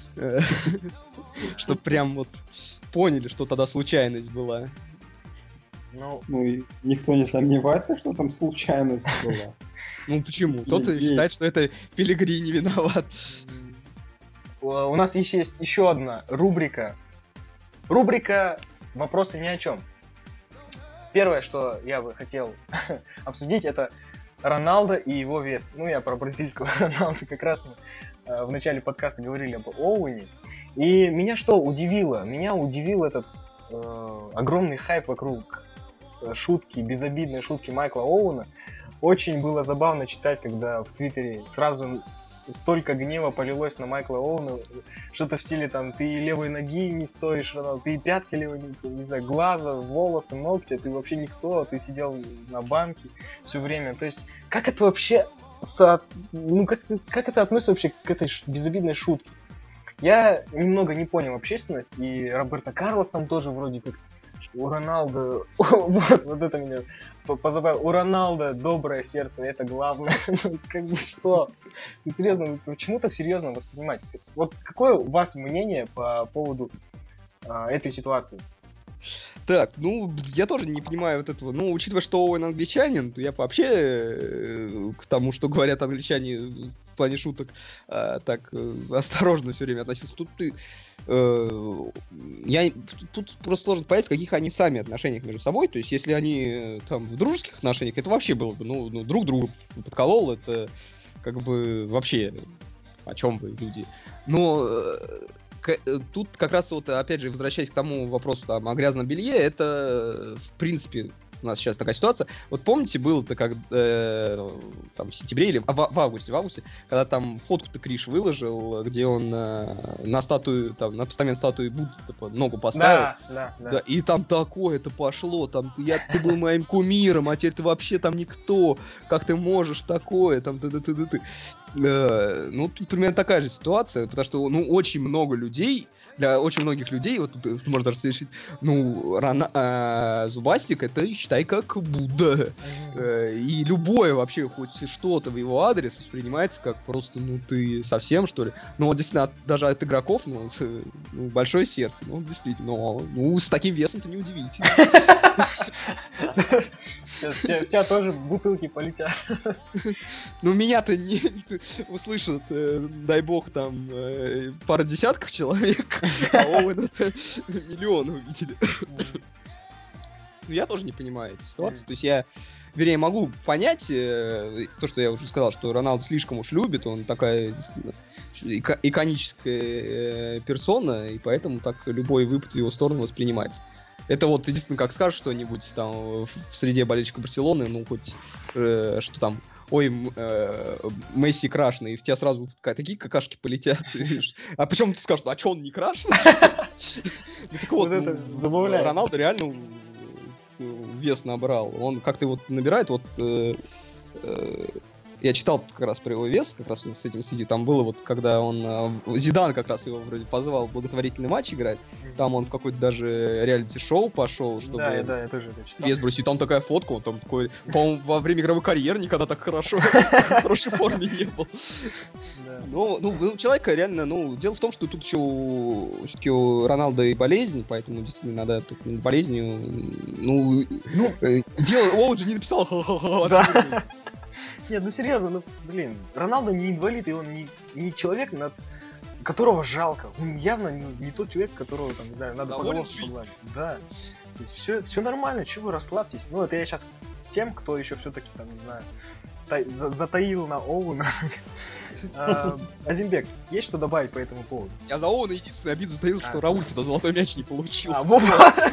Speaker 2: Чтоб прям вот поняли, что тогда случайность была.
Speaker 1: Ну,
Speaker 3: Ну, и никто не сомневается, что там случайность была.
Speaker 2: Ну почему? Кто-то
Speaker 3: Есть.
Speaker 2: считает, что это Пелегрини виноват.
Speaker 1: у у нас еще есть еще одна рубрика. Рубрика «Вопросы ни о чем». Первое, что я бы хотел обсудить, это Роналдо и его вес. Ну, я про бразильского Роналдо как раз мы э, в начале подкаста говорили об Оуэне. И меня что удивило? Меня удивил этот э, огромный хайп вокруг э, шутки, безобидной шутки Майкла Оуэна. Очень было забавно читать, когда в Твиттере сразу столько гнева полилось на Майкла Оуэна. Что-то в стиле там, ты левой ноги не стоишь, Роналдо, ты и пятки левой, не, не знаю, глаза, волосы, ногти, ты вообще никто, ты сидел на банке все время. То есть, как это вообще, со... ну, как, как это относится вообще к этой ш- безобидной шутке? Я немного не понял общественность, и Роберто Карлос там тоже вроде как у Роналда, вот, вот это меня по- позабавило, у Роналда доброе сердце, это главное. Ну, как бы что? Ну, серьезно, почему так серьезно воспринимать? Вот какое у вас мнение по поводу а, этой ситуации?
Speaker 2: Так, ну, я тоже не понимаю вот этого. Ну, учитывая, что Оуэн англичанин, то я вообще э, к тому, что говорят англичане в плане шуток, э, так э, осторожно все время относился. Тут ты... э, я, тут просто сложно понять, в каких они сами отношениях между собой. То есть, если они э, там в дружеских отношениях, это вообще было бы, ну, ну друг другу подколол, это как бы вообще о чем вы, люди. Но... э, К- э, тут как раз вот, опять же, возвращаясь к тому вопросу там, о грязном белье, это, в принципе, у нас сейчас такая ситуация. Вот помните, было-то как э, там в сентябре или а, в, в августе, в августе, когда там фотку-то Криш выложил, где он э, на статую, там, на постамент статуи Будды типа, ногу поставил.
Speaker 1: Да, да, да.
Speaker 2: Да, и там такое-то пошло, там, ты, я, ты был моим кумиром, а теперь ты вообще там никто, как ты можешь такое, там, ты, ты, ты, ты. Э, ну, тут примерно такая же ситуация, потому что, ну, очень много людей, для очень многих людей, вот тут э, можно даже совершить, ну, рана, э, Зубастик, это, считай, как Будда. Э, и любое вообще, хоть что-то в его адрес воспринимается как просто, ну, ты совсем, что ли? Ну, вот, действительно, от- даже от игроков, ну, э, ну, большое сердце, ну, действительно, ну, ну, с таким весом-то не удивительно.
Speaker 1: Сейчас у тебя тоже бутылки полетят.
Speaker 2: Ну, меня-то не услышат, э, дай бог, там, э, пара десятков человек, а Оуэн это миллионы увидели. Ну, я тоже не понимаю этой ситуации. То есть я, вернее, могу понять э, то, что я уже сказал, что Роналду слишком уж любит, он такая действительно ика- иконическая э, персона, и поэтому так любой выпад в его сторону воспринимается. Это вот единственное, как скажешь что-нибудь там в в среде болельщиков Барселоны, ну хоть э, что там, ой, м- э, Месси крашеный, и в тебя сразу ка- такие какашки полетят. и ш- А почему ты скажешь, а что он не крашеный? Ну так вот,
Speaker 1: Вот это
Speaker 2: ну,
Speaker 1: забавляет.
Speaker 2: Роналдо реально э, вес набрал. Он как-то вот набирает, вот э, э, я читал тут как раз про его вес, как раз с этим сиди. Там было вот, когда он э, Зидан как раз его вроде позвал в благотворительный матч играть. Там он в какой-то даже реалити-шоу пошел, чтобы
Speaker 1: Да, я- да, я тоже это читал.
Speaker 2: вес бросить. Там такая фотка, он там такой, по-моему, во время игровой карьеры никогда так хорошо, в хорошей форме не был.
Speaker 1: Да.
Speaker 2: Ну, ну, у человека реально, ну, дело в том, что тут еще все-таки у Роналда и болезнь, поэтому действительно надо тут над болезнью, ну,
Speaker 1: Ну,
Speaker 2: э, дело, он же не написал ха-ха-ха.
Speaker 1: Да. Нет, ну серьезно, ну блин, Роналдо не инвалид, и он не, не человек, над которого жалко. Он явно не, не тот человек, которого там, не знаю, надо по
Speaker 2: Доволен
Speaker 1: головке
Speaker 2: жизнью.
Speaker 1: погладить. Да. То есть все, все нормально, чего вы расслабьтесь. Ну, это я сейчас тем, кто еще все-таки там, не знаю, тай- за- затаил на Оуна. А, Азимбек, есть что добавить по этому поводу?
Speaker 2: Я за Оуэна единственную обиду затаил, что
Speaker 1: А.
Speaker 2: Рауль туда золотой мяч не получил.
Speaker 1: А, вот,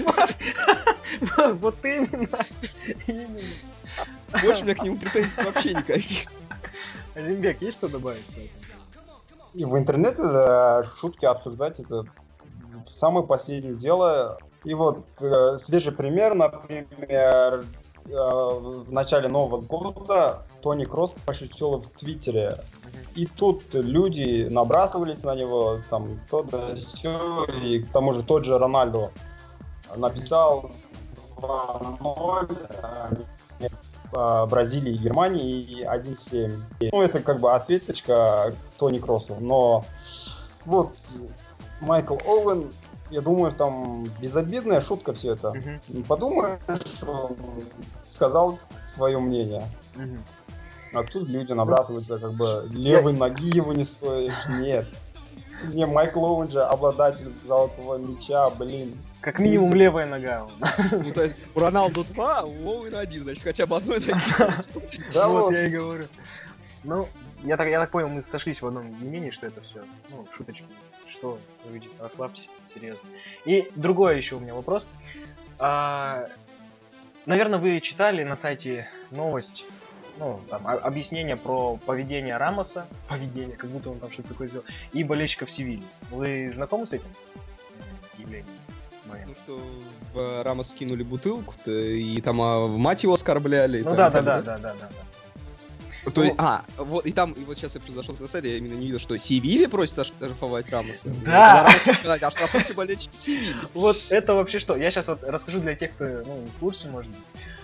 Speaker 1: вот именно. Именно.
Speaker 2: Больше у меня к нему претензий вообще никаких.
Speaker 1: Азимбек, есть что добавить? по этому?
Speaker 3: И в интернете э, шутки обсуждать это самое последнее дело. И вот э, свежий пример, например, э, в начале Нового года Тони Кросс пошутил в Твиттере. И тут люди набрасывались на него, там, то да сё, и к тому же тот же Рональдо написал два ноль э, э, Бразилии и Германии и один семь. Ну, это как бы ответочка к Тони Кроссу. Но вот Майкл Оуэн, я думаю, там безобидная шутка все это.
Speaker 1: Мгм.
Speaker 3: Не подумаешь, что он сказал свое мнение.
Speaker 1: Мгм.
Speaker 3: А тут люди набрасываются, как бы левой ноги его не стоишь. Нет. Не, Майкл Оуэн же обладатель золотого мяча, блин.
Speaker 1: Как минимум левая нога.
Speaker 2: Ну, то есть у Роналду два, а у Оуэна один, значит, хотя бы одной ноги.
Speaker 3: Да
Speaker 1: вот
Speaker 3: вот.
Speaker 1: я и говорю. Ну, я так, я так понял, мы сошлись в одном мнении, что это все, ну, шуточки. Что, люди, расслабьтесь, серьезно. И другой еще у меня вопрос. А, наверное, вы читали на сайте новость, ну, там, а- объяснение про поведение Рамоса, поведение, как будто он там что-то такое сделал, и болельщиков Севильи. Вы знакомы с этим э, явлением?
Speaker 2: Ну
Speaker 1: Момент?
Speaker 2: что, в Рамос скинули бутылку-то, и там а, мать его оскорбляли. и
Speaker 1: Ну
Speaker 2: там,
Speaker 1: да,
Speaker 2: и
Speaker 1: да,
Speaker 2: так
Speaker 1: да,
Speaker 2: далее.
Speaker 1: да, да, да, да.
Speaker 2: То есть, а, вот, и там, и вот сейчас я произошел на сайте, я именно не видел, что Севилья просит оштрафовать Рамоса. И
Speaker 1: Да.
Speaker 2: когда Рамос сказать, оштрафуйте болельщики Севильи.
Speaker 1: Вот это вообще что? Я сейчас вот расскажу для тех, кто ну, не в курсе, может быть.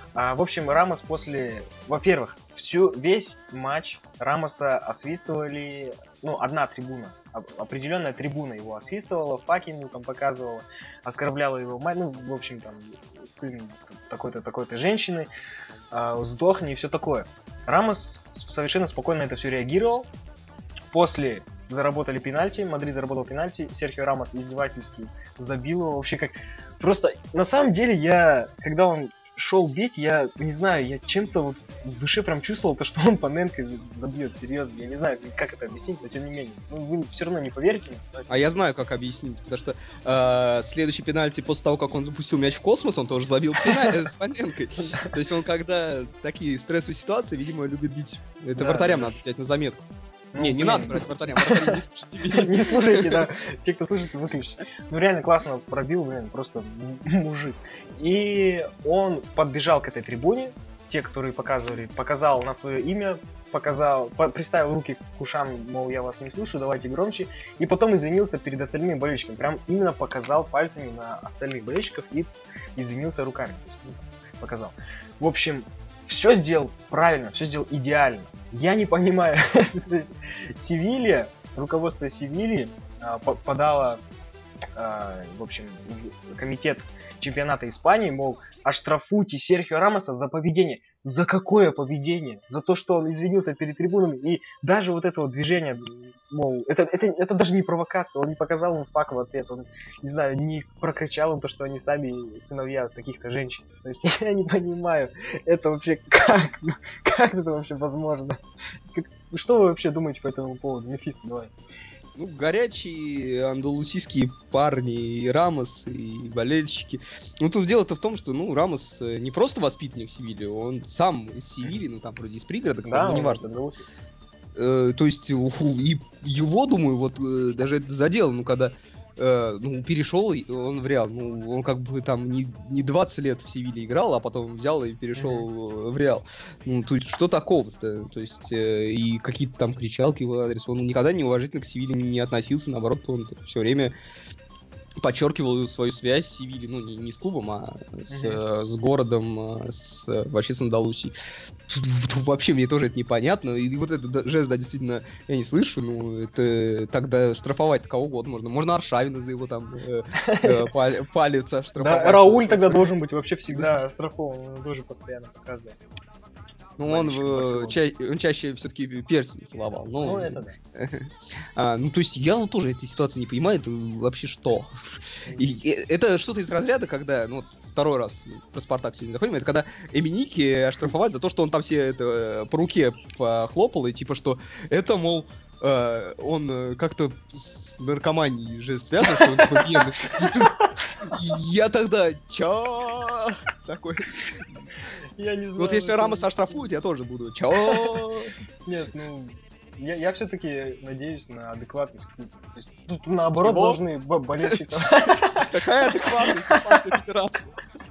Speaker 1: А, в общем, Рамос после... Во-первых, всю, весь матч Рамоса освистывали... Ну, одна трибуна. Определенная трибуна его освистывала, факи ему там показывала, оскорбляла его мать. Ну, в общем, там, сын такой-то, такой-то женщины, э, сдохни и все такое. Рамос совершенно спокойно на это все реагировал. После заработали пенальти, Мадрид заработал пенальти, Серхио Рамос издевательски забил его. Вообще как... Просто, на самом деле, я, когда он шел бить, я не знаю, я чем-то вот в душе прям чувствовал то, что он Паненко забьет, серьезно. Я не знаю, как это объяснить, но тем не менее. Ну, вы все равно не поверите. Но...
Speaker 2: А я знаю, как объяснить, потому что э, следующий пенальти после того, как он запустил мяч в космос, он тоже забил пенальти с Паненкой. То есть он, когда такие стрессовые ситуации, видимо, любит бить. Это вратарям надо взять на заметку.
Speaker 1: Ну,
Speaker 2: не, не
Speaker 1: блин.
Speaker 2: надо брать вратарям, вратари не слушайте.
Speaker 1: Не слушайте, да. Те, кто слышит, выключите. Ну реально классно пробил, блин, просто мужик. И он подбежал к этой трибуне, те, которые показывали, показал на свое имя, показал, по- приставил руки к ушам, мол, я вас не слышу, давайте громче. И потом извинился перед остальными болельщиками. Прям именно показал пальцами на остальных болельщиков и извинился руками. То есть, ну, показал. В общем, все сделал правильно, все сделал идеально. Я не понимаю. То есть Севилья, руководство Севильи а, по- подало, а, в общем, в комитет чемпионата Испании, мол, оштрафуйте Серхио Рамоса за поведение. За какое поведение? За то, что он извинился перед трибунами. И даже вот это вот движение, мол, это, это, это даже не провокация. Он не показал им фак в ответ. Он, не знаю, не прокричал им то, что они сами сыновья каких-то женщин. То есть я не понимаю, это вообще как? Как это вообще возможно? Как, что вы вообще думаете по этому поводу? Мефисто, давай.
Speaker 2: Ну, горячие андалусийские парни, и Рамос, и болельщики. Ну, тут дело-то в том, что, ну, Рамос э, не просто воспитанник Севильи, он сам из Севильи, ну, там, вроде из пригорода,
Speaker 1: Да,
Speaker 2: ну,
Speaker 1: он
Speaker 2: неважно.
Speaker 1: Андалусия.
Speaker 2: Э, то есть, уху, и его, думаю, вот, э, даже это задело, ну, когда, э, ну, перешел и он в Реал, ну, он как бы там не, не двадцать лет в Севилье играл, а потом взял и перешел в Реал. Ну, то есть, что такого-то? То есть, э, и какие-то там кричалки в его адрес, он никогда неуважительно к Севилье не относился, наоборот, он все время подчеркивал свою связь с Севильей, ну, не, не с клубом, а с,
Speaker 1: Мгм.
Speaker 2: э, с городом, э, с, э, вообще с Андалусией. Вообще мне тоже это непонятно, и вот этот да- жест, да, действительно, я не слышу, ну, это тогда штрафовать кого угодно можно. Можно Аршавина за его там э, э, пал- палец оштрафовать.
Speaker 1: Да, Рауль тогда должен быть вообще всегда оштрафован, он тоже постоянно показывает.
Speaker 2: Ну, он,
Speaker 1: болельщик
Speaker 2: в-
Speaker 1: Барселоны.
Speaker 2: ча- он чаще все-таки перстень целовал. Ну,
Speaker 1: Ну, это да.
Speaker 2: А, ну, то есть я вот тоже этой ситуации не понимаю, это вообще что? И, э, это что-то из разряда, когда, ну, вот второй раз про Спартак сегодня заходим, это когда Эминики оштрафовать за то, что он там все это э, по руке похлопал, и типа, что это, мол, э, он э, как-то с наркоманией же связан, что он такой пьяный. И тут- и я тогда, чё? Такой.
Speaker 1: Я не знаю.
Speaker 2: Вот если
Speaker 1: это-
Speaker 2: Рамоса оштрафуют, я тоже буду, чё?
Speaker 1: Нет, ну, я, я все-таки надеюсь на адекватность клуба. То есть тут наоборот
Speaker 2: Чего?
Speaker 1: должны б- болельщикам...
Speaker 2: Какая адекватность Испанской Федерации?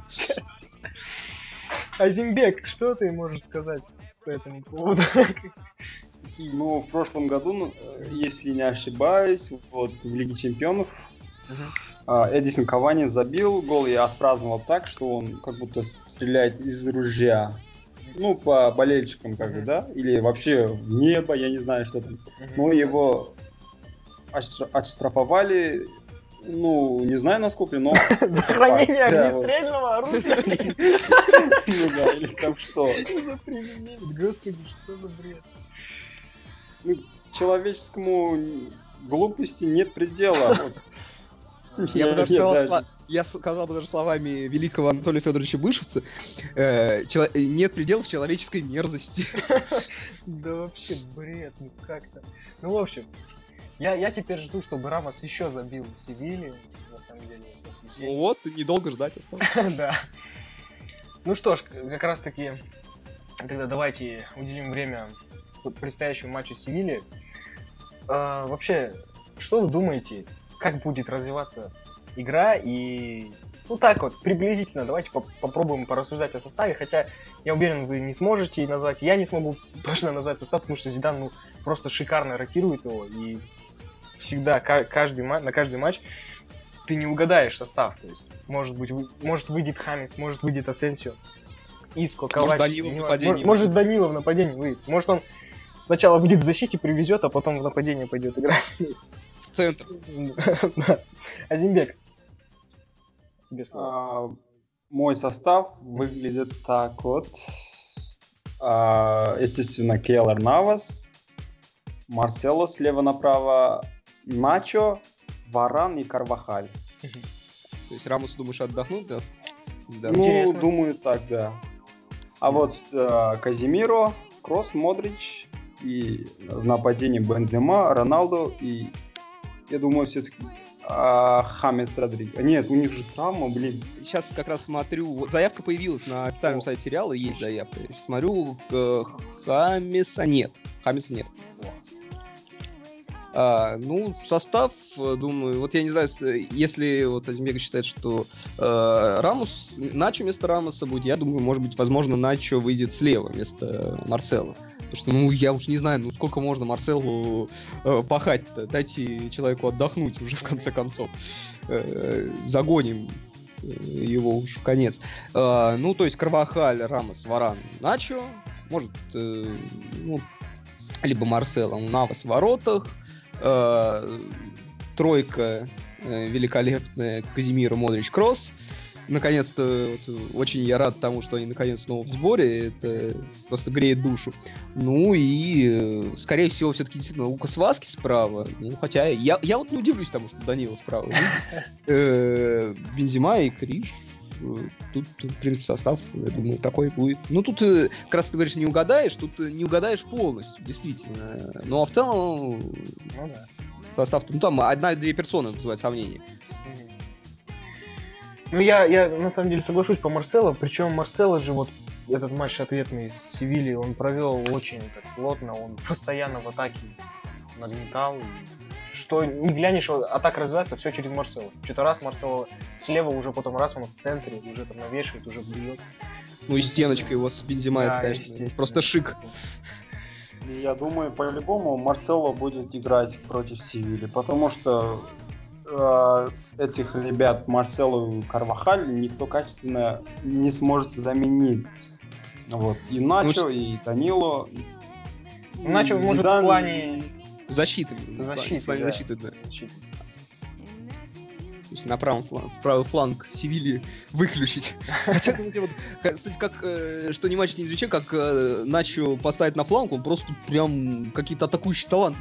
Speaker 1: Азимбек, что ты можешь сказать по этому поводу?
Speaker 3: Ну, в прошлом году, ну, э, если не ошибаюсь, вот в Лиге Чемпионов а, Эдисон Кавани забил гол и отпраздновал так, что он как будто стреляет из ружья. Ну, по болельщикам, как бы, да? Или вообще в небо, я не знаю, что там. Но его оштра- оштрафовали, ну, не знаю насколько, но...
Speaker 1: За хранение
Speaker 3: Да, вот.
Speaker 1: огнестрельного оружия?
Speaker 3: Ну да, или там что.
Speaker 1: Что за применение? Господи, что за бред?
Speaker 3: Ну, человеческому глупости нет предела. Вот.
Speaker 2: Я бы даже
Speaker 3: я
Speaker 2: сказал,
Speaker 3: даже-
Speaker 2: сла- я сказал бы даже словами великого Анатолия Федоровича Бышевца, э, чело- э, нет пределов человеческой мерзости.
Speaker 1: Да вообще бред, ну как-то. Ну, в общем, я, я теперь жду, чтобы Рамос еще забил в Севилье, на самом деле, в
Speaker 2: Ну
Speaker 1: воскресенье.
Speaker 2: вот, недолго ждать осталось.
Speaker 1: Да. Ну что ж, как раз таки, тогда давайте уделим время предстоящему матчу с Севильей. А, вообще, что вы думаете, как будет развиваться игра? И, ну так вот, приблизительно, давайте поп- попробуем порассуждать о составе, хотя я уверен, вы не сможете назвать, я не смогу точно назвать состав, потому что Зидан, ну, просто шикарно ротирует его, и всегда, ка- каждый ма- на каждый матч ты не угадаешь состав, то есть, может быть, вы- может выйдет Хамис, может выйдет Асенсио. Иско,
Speaker 2: Может,
Speaker 1: Ковач.
Speaker 2: Данила в
Speaker 1: не-
Speaker 2: нападении
Speaker 1: может, может, Данила в нападении выйдет. Может, он сначала будет в защите, привезет, а потом в нападение пойдет играть вместе.
Speaker 2: В центр.
Speaker 1: Да. Азимбек. Без слов.
Speaker 3: А, Мой состав выглядит так вот. А, Естественно, Кейлор Навас, Марсело слева направо, Начо, Варан и Карвахаль.
Speaker 2: То есть Рамос, думаешь, отдохнут? Да? Да.
Speaker 3: Ну,
Speaker 1: Интересно.
Speaker 3: думаю, так, да. А вот э, Казимиро, Кросс, Модрич и в нападении Бензема, Роналдо и, я думаю, все-таки а, Хамес Родриго. Нет, у них же травма, блин.
Speaker 2: Сейчас как раз смотрю, вот заявка появилась на официальном сайте сериала, есть заявка. Смотрю, э, Хамеса нет. Хамеса нет. А, ну, состав, э, думаю, вот я не знаю, с- если вот Азимбек считает, что э, Рамос, Начо вместо Рамоса будет, я думаю, может быть, возможно, Начо выйдет слева вместо Марсела. Потому что, ну, я уж не знаю, ну, сколько можно Марселу э, пахать-то, дайте человеку отдохнуть уже, в конце концов. Э, загоним э, его уж в конец. А, ну, то есть Карвахаль, Рамос, Варан, Начо, может, э, ну, либо Марсело, Навас в воротах, э, тройка э, великолепная, Казимиро, Модрич, Кросс. Наконец-то, вот, очень я рад тому, что они наконец снова в сборе, это просто греет душу. Ну и, э, скорее всего, все-таки действительно Лукас Васкес справа, ну, хотя я, я вот не удивлюсь тому, что Данила справа выйдет. Э, Бензема и Криш. Э, Тут, в принципе, состав, я думаю, такой будет. Ну, тут, э, как раз ты говоришь, не угадаешь, тут э, не угадаешь полностью, действительно. Ну, а в целом,
Speaker 1: Ну да.
Speaker 2: состав, ну, там одна-две персоны вызывают сомнения.
Speaker 1: Мгм. Ну, я, я на самом деле соглашусь по Марсело, причем Марсело же вот этот матч ответный с Севильей он провел очень так плотно, он постоянно в атаке нагнетал. И что не глянешь, атака развивается, все через Марсело. Что-то раз Марсело слева, уже потом раз он в центре, уже там навешивает, уже бьет.
Speaker 2: Ну, и стеночка его с Бензема, это,
Speaker 1: Да,
Speaker 2: конечно,
Speaker 1: естественно.
Speaker 2: просто шик.
Speaker 3: Я думаю, по-любому Марсело будет играть против Севильи, потому что э, этих ребят Марсело и Карвахаль никто качественно не сможет заменить. Вот. И Начо,
Speaker 2: Ну,
Speaker 3: и Данило. и-
Speaker 1: Ну, Начо
Speaker 3: и
Speaker 1: может в
Speaker 3: Зидан,
Speaker 1: плане
Speaker 2: Защиты.
Speaker 1: защиты,
Speaker 2: В плане
Speaker 1: да.
Speaker 2: защиты, да.
Speaker 1: Защиты.
Speaker 2: То есть на правом фланг, в правый фланг Севильи выключить. Хотя, кстати, вот, ка- кстати, как, э, что не матч не извлече, как э, Начо поставить на фланг, он просто прям какие-то атакующие таланты.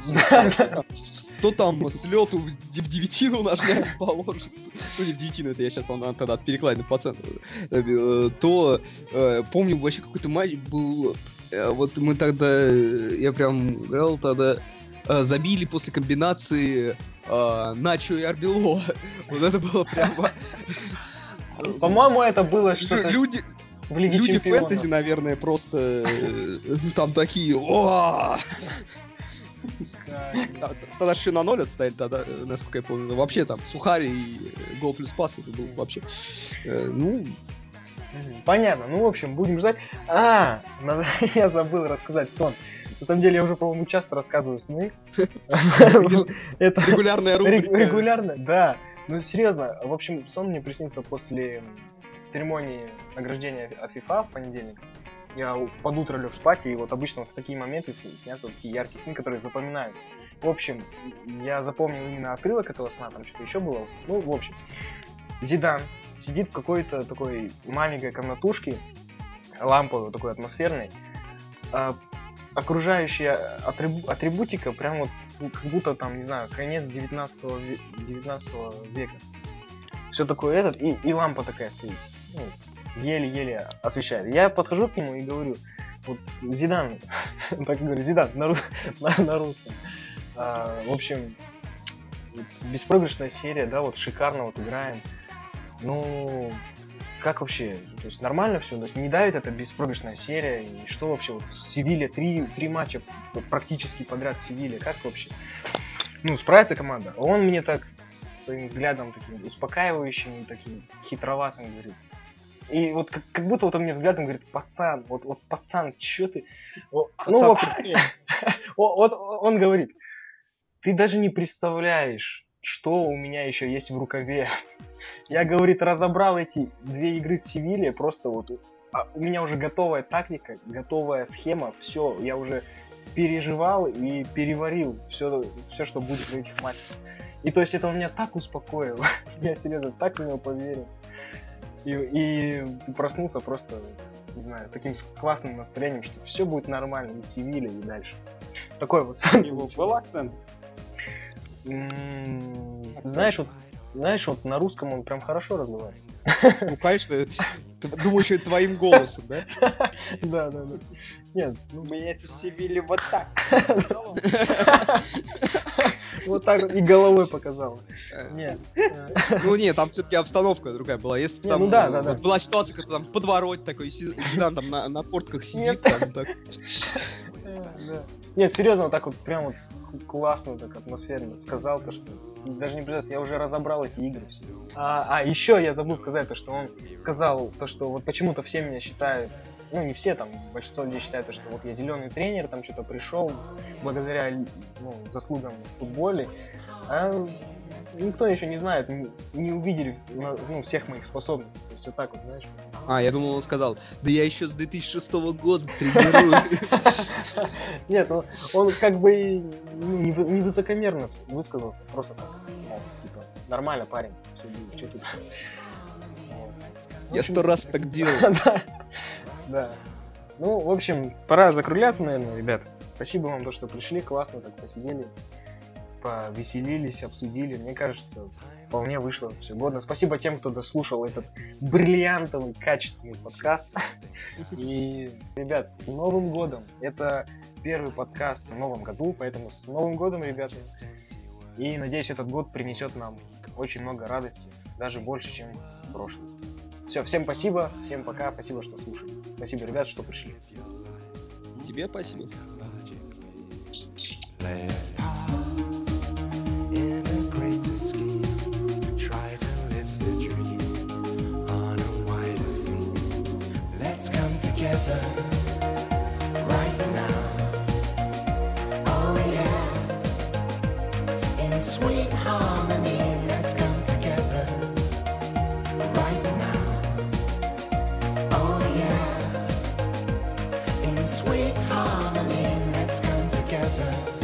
Speaker 2: То там с лету в д- в девятину нажмет, положит. Ну, не в девятину, это я сейчас он тогда от перекладины по центру. Э, То, э, помню, вообще какой-то матч был, э, вот мы тогда, э, я прям играл тогда, э, забили после комбинации э, Начо и Арбело. Вот это было прямо...
Speaker 1: По-моему, это было что-то
Speaker 2: Люди,
Speaker 1: в Лиге
Speaker 2: люди
Speaker 1: Чемпионов.
Speaker 2: фэнтези, наверное, просто э, там такие... «О!»
Speaker 1: Да,
Speaker 2: Т- Тогда еще на ноль отстояли, тогда, э, насколько я помню. Вообще там Сухари и э, гол плюс пас, это было вообще... э, Ну,
Speaker 1: Мгм. Понятно. Ну, в общем, будем ждать. А, надо- я забыл рассказать сон. На самом деле, я уже, по-моему, часто рассказываю сны. Это
Speaker 2: регулярная
Speaker 1: регу-
Speaker 2: рубрика.
Speaker 1: регулярно, да. Ну, серьезно. В общем, сон мне приснился после церемонии награждения от FIFA в понедельник. Я у- под утро лег спать, и вот обычно в такие моменты с- снятся вот такие яркие сны, которые запоминаются. В общем, я запомнил именно отрывок этого сна, там что-то еще было. Ну, в общем, Зидан сидит в какой-то такой маленькой комнатушке, ламповой, такой атмосферной. А, окружающая атрибу- атрибутика прям вот ну, как будто там, не знаю, конец девятнадцатого, ве- девятнадцатого века. Все такое этот, и, и лампа такая стоит. Ну, еле-еле освещает. Я подхожу к нему и говорю, вот Зидан, так говорю, Зидан на, рус- на- на русском. А, в общем, вот беспроигрышная серия, да, вот шикарно вот играем. Ну, как вообще? То есть нормально все? То есть не давит эта беспроигрышная серия? И что вообще? Вот Севилья, три, три матча практически подряд Севилья. Как вообще? Ну, справится команда? Он мне так своим взглядом таким успокаивающим, таким хитроватым говорит. И вот как, как будто вот он мне взглядом говорит, пацан, вот, вот пацан, чё ты? О, ну, в общем, о- вот он говорит, ты даже не представляешь, что у меня еще есть в рукаве. Я, говорит, разобрал эти две игры с Севильей, просто вот а, у меня уже готовая тактика, готовая схема, все, я уже переживал и переварил все, все, что будет в этих матчах. И то есть это меня так успокоило, я серьезно так в него поверил. И, и ты проснулся просто, вот, не знаю, с таким классным настроением, что все будет нормально, и Севилья, и дальше. Такой вот сон.
Speaker 3: У него был акцент?
Speaker 1: М, Знаешь, вот, знаешь, вот на русском он прям хорошо разговаривает.
Speaker 2: Ну, конечно, ты думаешь, это твоим голосом, да?
Speaker 1: Да, да, да. Нет,
Speaker 3: У меня эту Севилью вот так.
Speaker 1: вот так вот и головой показал. Нет.
Speaker 2: Ну нет, там все-таки обстановка другая была. Если бы
Speaker 1: Не,
Speaker 2: там
Speaker 1: ну да, да, да.
Speaker 2: вот была ситуация, когда там в подворот такой, си- Зидан там на, на портках
Speaker 1: Нет.
Speaker 2: сидит, там так.
Speaker 1: Да. Нет, серьезно, вот так вот прям вот классно, так атмосферно сказал то, что даже не представляешь, я уже разобрал эти игры все. А, а еще я забыл сказать то, что он сказал то, что вот почему-то все меня считают, ну не все, там большинство людей считают то, что вот я зеленый тренер, там что-то пришел благодаря, ну, заслугам в футболе, а никто еще не знает, не, не увидели, ну, всех моих способностей, то есть вот так вот, знаешь.
Speaker 2: А, я думал, он сказал, да я еще с две тысячи шестого года тренирую.
Speaker 1: Нет, ну, он как бы и, ну, не, вы- не высокомерно высказался, просто так, мол, типа, нормально, парень, все будет, что тут. Вот. В
Speaker 2: Я
Speaker 1: общем,
Speaker 2: сто раз так делал.
Speaker 1: Да, да. Ну, в общем, пора закругляться, наверное, ребят. Спасибо вам, то, что пришли, классно так посидели, повеселились, обсудили. Мне кажется, вполне вышло все годно. Спасибо тем, кто дослушал этот бриллиантовый, качественный подкаст. И, ребят, с Новым годом! Это первый подкаст в новом году, поэтому с Новым годом, ребята! И надеюсь, этот год принесет нам очень много радости, даже больше, чем прошлый. Все, всем спасибо, всем пока, спасибо, что слушали. Спасибо, ребят, что пришли.
Speaker 2: Тебе спасибо.
Speaker 4: In a greater scheme, try to live the dream on a wider scene. Let's come together right now. Oh yeah, in sweet harmony. Let's come together right now. Oh yeah, in sweet harmony. Let's come together.